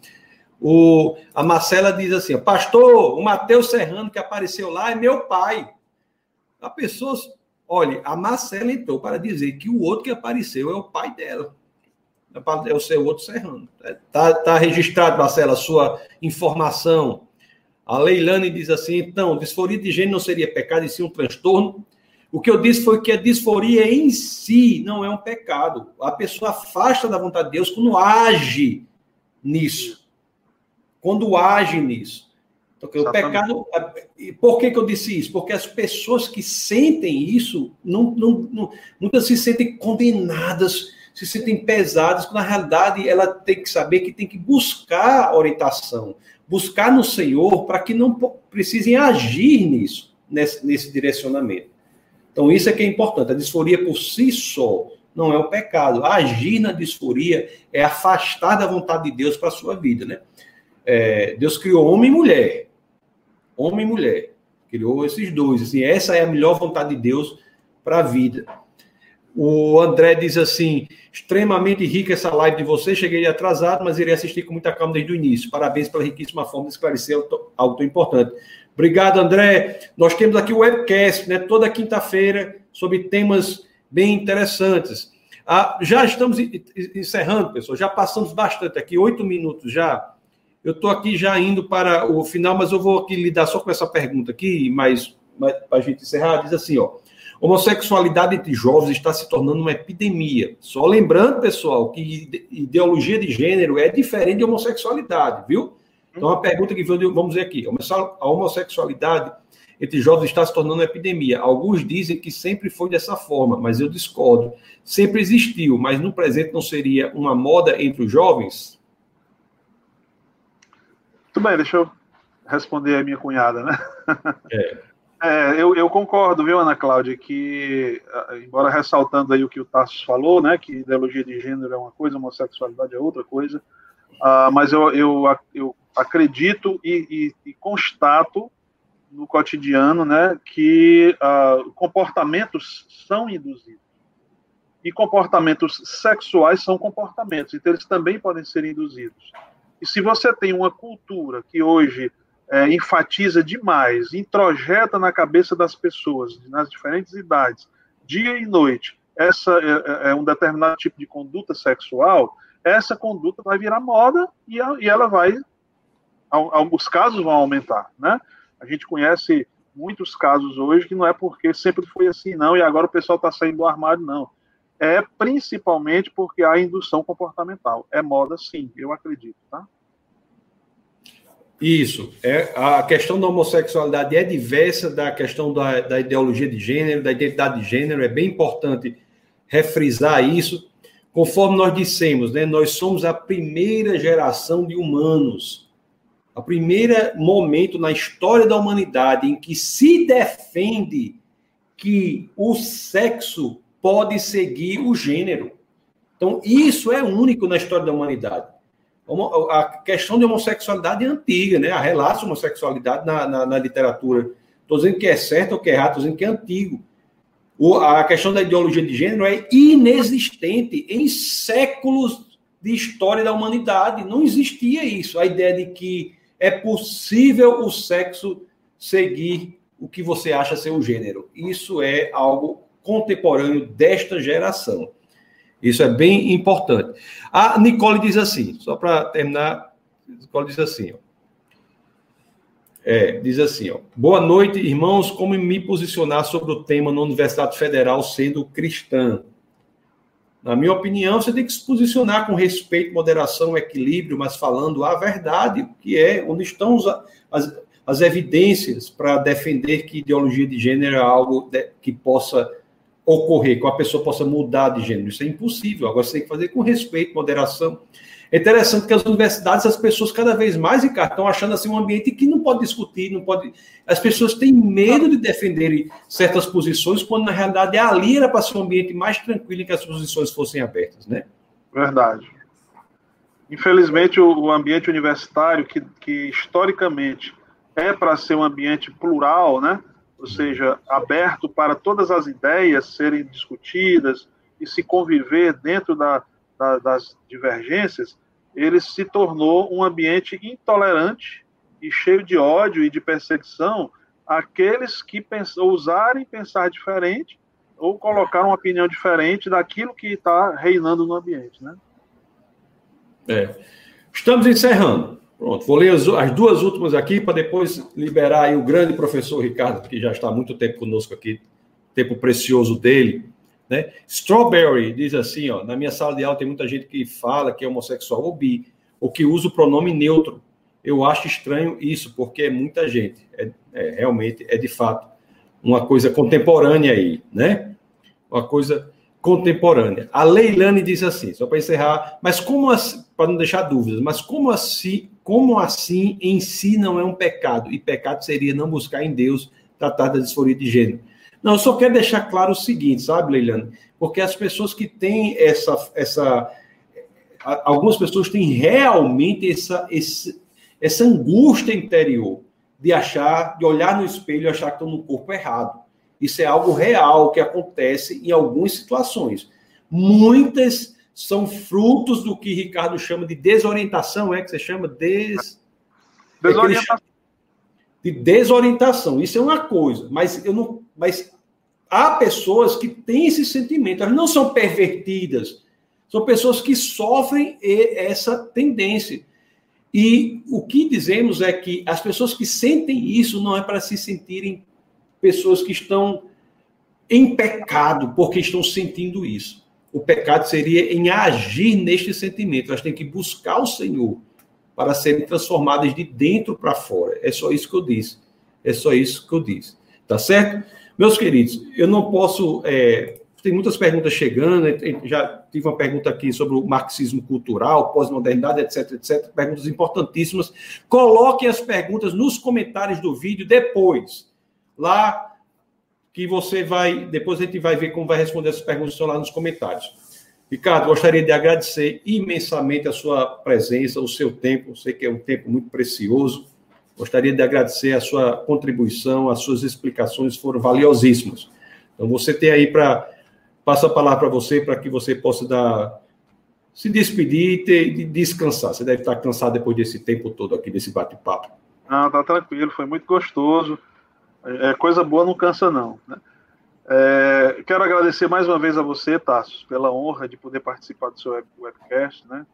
S1: A Marcela diz assim, pastor, o Matheus Serrano que apareceu lá é meu pai. A pessoa, olha, a Marcela entrou para dizer que o outro que apareceu é o pai dela. É o seu outro Serrano. Tá registrado, Marcela, a sua informação. A Leilane diz assim, então, disforia de gênero não seria pecado e sim um transtorno? O que eu disse foi que a disforia em si não é um pecado. A pessoa afasta da vontade de Deus quando age nisso. Quando age nisso. Porque o pecado... Por que eu disse isso? Porque as pessoas que sentem isso muitas se sentem condenadas, se sentem pesadas, quando na realidade ela tem que saber que tem que buscar orientação, buscar no Senhor para que não precisem agir nisso, nesse direcionamento. Então isso é que é importante. A disforia por si só não é um pecado. Agir na disforia é afastar da vontade de Deus para a sua vida, né? Deus criou homem e mulher. Homem e mulher. Criou esses dois. Assim, essa é a melhor vontade de Deus para a vida. O André diz assim, extremamente rica essa live de vocês, cheguei atrasado, mas irei assistir com muita calma desde o início. Parabéns pela riquíssima forma de esclarecer algo tão importante. Obrigado, André. Nós temos aqui o webcast, né, toda quinta-feira, sobre temas bem interessantes. Já estamos encerrando, pessoal, já passamos bastante aqui, 8 minutos já. Eu estou aqui já indo para o final, mas eu vou aqui lidar só com essa pergunta aqui, mas para a gente encerrar, diz assim, homossexualidade entre jovens está se tornando uma epidemia. Só lembrando, pessoal, que ideologia de gênero é diferente de homossexualidade, viu? Então, a pergunta que vamos dizer aqui, a homossexualidade entre jovens está se tornando uma epidemia. Alguns dizem que sempre foi dessa forma, mas eu discordo. Sempre existiu, mas no presente não seria uma moda entre os jovens?
S2: Muito bem, deixa eu responder a minha cunhada, né? Eu concordo, viu, Ana Cláudia, que, embora ressaltando aí o que o Tassos falou, né, que ideologia de gênero é uma coisa, homossexualidade é outra coisa, mas eu acredito e constato no cotidiano, né, que comportamentos são induzidos. E comportamentos sexuais são comportamentos, então eles também podem ser induzidos. E se você tem uma cultura que hoje enfatiza demais, introjeta na cabeça das pessoas, nas diferentes idades, dia e noite, essa é um determinado tipo de conduta sexual, essa conduta vai virar moda e ela vai, os casos vão aumentar, né? A gente conhece muitos casos hoje que não é porque sempre foi assim, não, e agora o pessoal está saindo do armário, não. É principalmente porque há indução comportamental. É moda, sim, eu acredito, tá?
S1: Isso. A questão da homossexualidade é diversa da questão da ideologia de gênero, da identidade de gênero. É bem importante refrisar isso. Conforme nós dissemos, né, nós somos a primeira geração de humanos, a primeira momento na história da humanidade em que se defende que o sexo pode seguir o gênero. Então, isso é único na história da humanidade. A questão de homossexualidade é antiga, né? A relação de homossexualidade na literatura. Estou dizendo que é certo ou que é errado, estou dizendo que é antigo. A questão da ideologia de gênero é inexistente em séculos de história da humanidade. Não existia isso. A ideia de que é possível o sexo seguir o que você acha ser o gênero. Isso é algo contemporâneo desta geração. Isso é bem importante. A Nicole diz assim, só para terminar, Nicole diz assim, diz assim, boa noite, irmãos, como me posicionar sobre o tema na Universidade Federal sendo cristã? Na minha opinião, você tem que se posicionar com respeito, moderação, equilíbrio, mas falando a verdade, que é onde estão as evidências para defender que ideologia de gênero é algo que possa ocorrer, que a pessoa possa mudar de gênero. Isso é impossível. Agora você tem que fazer com respeito, moderação. É interessante que as universidades, as pessoas cada vez mais, Ricardo, estão achando assim um ambiente que não pode discutir, não pode. As pessoas têm medo de defenderem certas posições, quando na realidade ali era para ser um ambiente mais tranquilo em que as posições fossem abertas, né?
S2: Verdade. Infelizmente, o ambiente universitário, que historicamente é para ser um ambiente plural, né? Ou seja, aberto para todas as ideias serem discutidas e se conviver dentro das divergências, ele se tornou um ambiente intolerante e cheio de ódio e de perseguição àqueles que ousarem pensar diferente ou colocar uma opinião diferente daquilo que está reinando no ambiente, né?
S1: Estamos encerrando. Pronto, vou ler as duas últimas aqui para depois liberar aí o grande professor Ricardo, que já está há muito tempo conosco aqui, tempo precioso dele, né? Strawberry diz assim, ó, na minha sala de aula tem muita gente que fala que é homossexual ou bi, ou que usa o pronome neutro. Eu acho estranho isso, porque é muita gente. Realmente, é de fato uma coisa contemporânea aí, né? Uma coisa contemporânea. A Leilane diz assim, só para encerrar, mas como assim, para não deixar dúvidas, mas como assim em si não é um pecado? E pecado seria não buscar em Deus tratar da disforia de gênero. Não, eu só quero deixar claro o seguinte, sabe, Leilane? Porque as pessoas que têm algumas pessoas têm realmente essa angústia interior de olhar no espelho e achar que estão no corpo errado. Isso é algo real que acontece em algumas situações. Muitas são frutos do que Ricardo chama de desorientação, que você chama
S2: desorientação.
S1: De desorientação. Isso é uma coisa, mas há pessoas que têm esse sentimento, elas não são pervertidas, são pessoas que sofrem essa tendência. E o que dizemos é que as pessoas que sentem isso não é para se sentirem pessoas que estão em pecado porque estão sentindo isso. O pecado seria em agir neste sentimento. Elas têm que buscar o Senhor para serem transformadas de dentro para fora. É só isso que eu disse. É só isso que eu disse. Tá certo? Meus queridos, eu não posso... tem muitas perguntas chegando. Já tive uma pergunta aqui sobre o marxismo cultural, pós-modernidade, etc, etc. Perguntas importantíssimas. Coloquem as perguntas nos comentários do vídeo depois. Lá que você vai... Depois a gente vai ver como vai responder essas perguntas lá nos comentários. Ricardo, gostaria de agradecer imensamente a sua presença, o seu tempo. Sei que é um tempo muito precioso. Gostaria de agradecer a sua contribuição, as suas explicações foram valiosíssimas. Então, você tem aí passo a palavra para você, para que você possa se despedir e descansar. Você deve estar cansado depois desse tempo todo aqui, desse bate-papo.
S2: Ah, tá tranquilo, foi muito gostoso. Coisa boa não cansa, não, né? Quero agradecer mais uma vez a você, Tassos, pela honra de poder participar do seu webcast, né?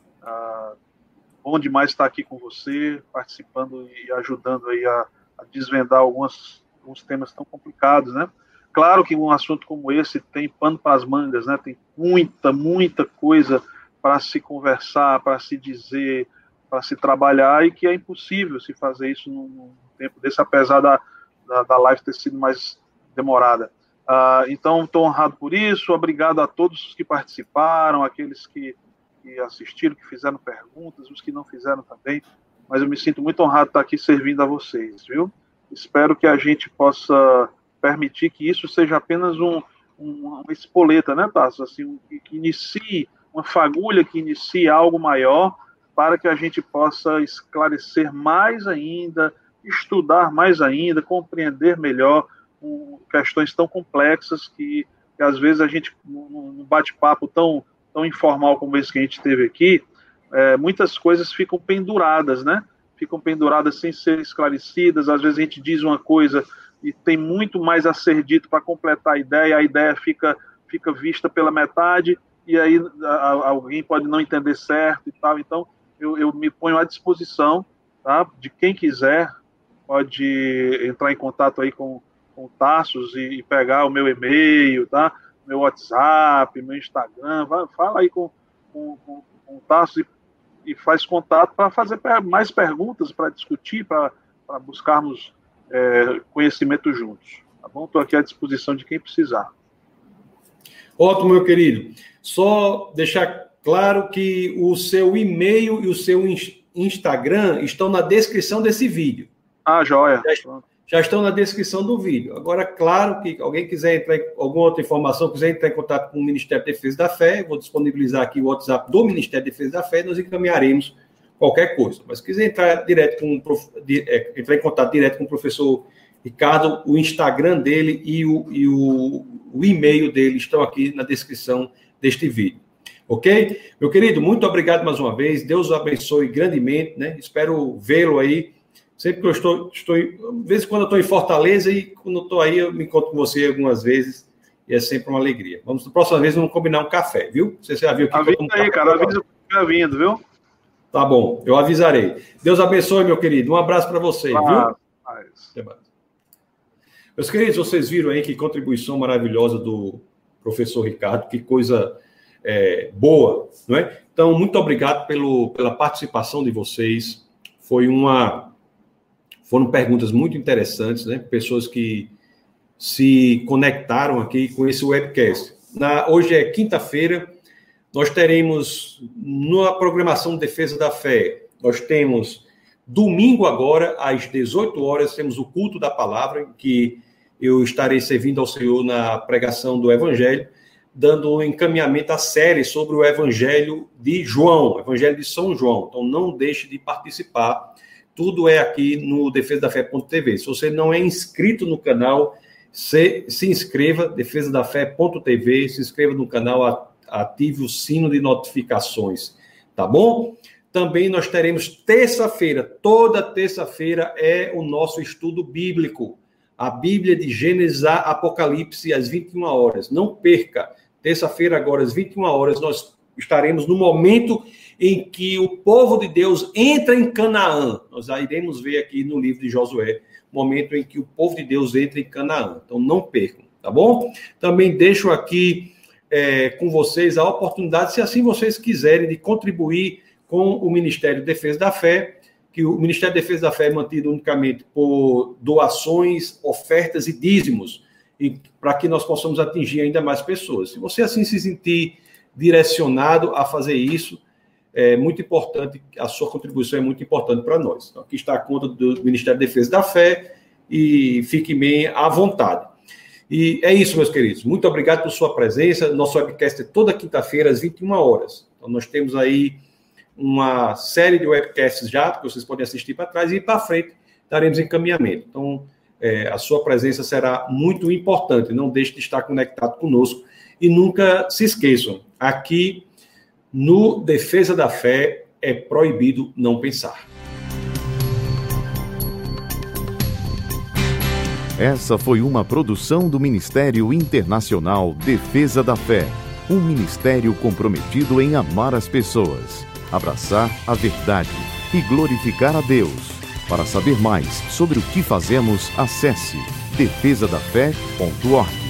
S2: Bom demais estar aqui com você, participando e ajudando aí a desvendar alguns temas tão complicados, né? Claro que um assunto como esse tem pano para as mangas, né? Tem muita coisa para se conversar, para se dizer, para se trabalhar, e que é impossível se fazer isso num tempo desse, apesar da live ter sido mais demorada. Então, estou honrado por isso. Obrigado a todos os que participaram, aqueles que assistiram, que fizeram perguntas, os que não fizeram também. Mas eu me sinto muito honrado de estar aqui servindo a vocês, viu? Espero que a gente possa permitir que isso seja apenas uma espoleta, né, Tasso? Assim, que inicie, uma fagulha que inicie algo maior, para que a gente possa esclarecer mais ainda, estudar mais ainda, compreender melhor questões tão complexas que às vezes a gente, num bate-papo tão informal como esse que a gente teve aqui, muitas coisas ficam penduradas, né? Ficam penduradas sem ser esclarecidas. Às vezes a gente diz uma coisa e tem muito mais a ser dito para completar a ideia fica vista pela metade, e aí alguém pode não entender certo e tal. Então, eu me ponho à disposição, tá? De quem quiser, pode entrar em contato aí com o Tassos e pegar o meu e-mail, tá? meu WhatsApp, meu Instagram, fala aí com o Tarso e faz contato para fazer mais perguntas, para discutir, para buscarmos conhecimento juntos. Tá bom? Estou aqui à disposição de quem precisar.
S1: Ótimo, meu querido. Só deixar claro que o seu e-mail e o seu Instagram estão na descrição desse vídeo.
S2: Ah, joia.
S1: Já estão na descrição do vídeo. Agora, claro que alguém quiser entrar em alguma outra informação, quiser entrar em contato com o Ministério da Defesa da Fé, vou disponibilizar aqui o WhatsApp do Ministério da Defesa da Fé, nós encaminharemos qualquer coisa. Mas se quiser entrar em contato direto com o professor Ricardo, o Instagram dele e o e-mail dele estão aqui na descrição deste vídeo. Ok? Meu querido, muito obrigado mais uma vez. Deus o abençoe grandemente, né? Espero vê-lo aí. Sempre que eu estou às vezes quando eu estou em Fortaleza e quando eu estou aí, eu me encontro com você algumas vezes e é sempre uma alegria. Da próxima vez vamos combinar um café, viu? Você já viu que
S2: avisa aí, cara, avisa que está vindo, viu?
S1: Tá bom, eu avisarei. Deus abençoe, meu querido. Um abraço para você, viu? Até mais. Meus queridos, vocês viram aí que contribuição maravilhosa do professor Ricardo, que coisa boa, não é? Então, muito obrigado pela participação de vocês. Foram perguntas muito interessantes, né? Pessoas que se conectaram aqui com esse webcast. Hoje é quinta-feira, nós teremos, na programação de Defesa da Fé, nós temos domingo agora, às 18 horas, temos o culto da palavra, em que eu estarei servindo ao Senhor na pregação do Evangelho, dando um encaminhamento à série sobre o Evangelho de João, Evangelho de São João. Então, não deixe de participar. Tudo é aqui no defesadafé.tv. Se você não é inscrito no canal, se inscreva, defesadafé.tv, se inscreva no canal, ative o sino de notificações, tá bom? Também nós teremos terça-feira, toda terça-feira é o nosso estudo bíblico, a Bíblia de Gênesis a Apocalipse, às 21 horas. Não perca, terça-feira agora, às 21 horas, nós estaremos no momento em que o povo de Deus entra em Canaã. Nós iremos ver aqui no livro de Josué, o momento em que o povo de Deus entra em Canaã. Então, não percam, tá bom? Também deixo aqui com vocês a oportunidade, se assim vocês quiserem, de contribuir com o Ministério da Defesa da Fé, que o Ministério da Defesa da Fé é mantido unicamente por doações, ofertas e dízimos, para que nós possamos atingir ainda mais pessoas. Se você assim se sentir direcionado a fazer isso, é muito importante, a sua contribuição é muito importante para nós. Então, aqui está a conta do Ministério da Defesa da Fé e fique bem à vontade. E é isso, meus queridos. Muito obrigado por sua presença. Nosso webcast é toda quinta-feira, às 21 horas. Então, nós temos aí uma série de webcasts já, que vocês podem assistir para trás e para frente daremos encaminhamento. Então, a sua presença será muito importante. Não deixe de estar conectado conosco e nunca se esqueçam, aqui no Defesa da Fé é proibido não pensar.
S3: Essa foi uma produção do Ministério Internacional Defesa da Fé, um ministério comprometido em amar as pessoas, abraçar a verdade e glorificar a Deus. Para saber mais sobre o que fazemos, acesse defesadafé.org.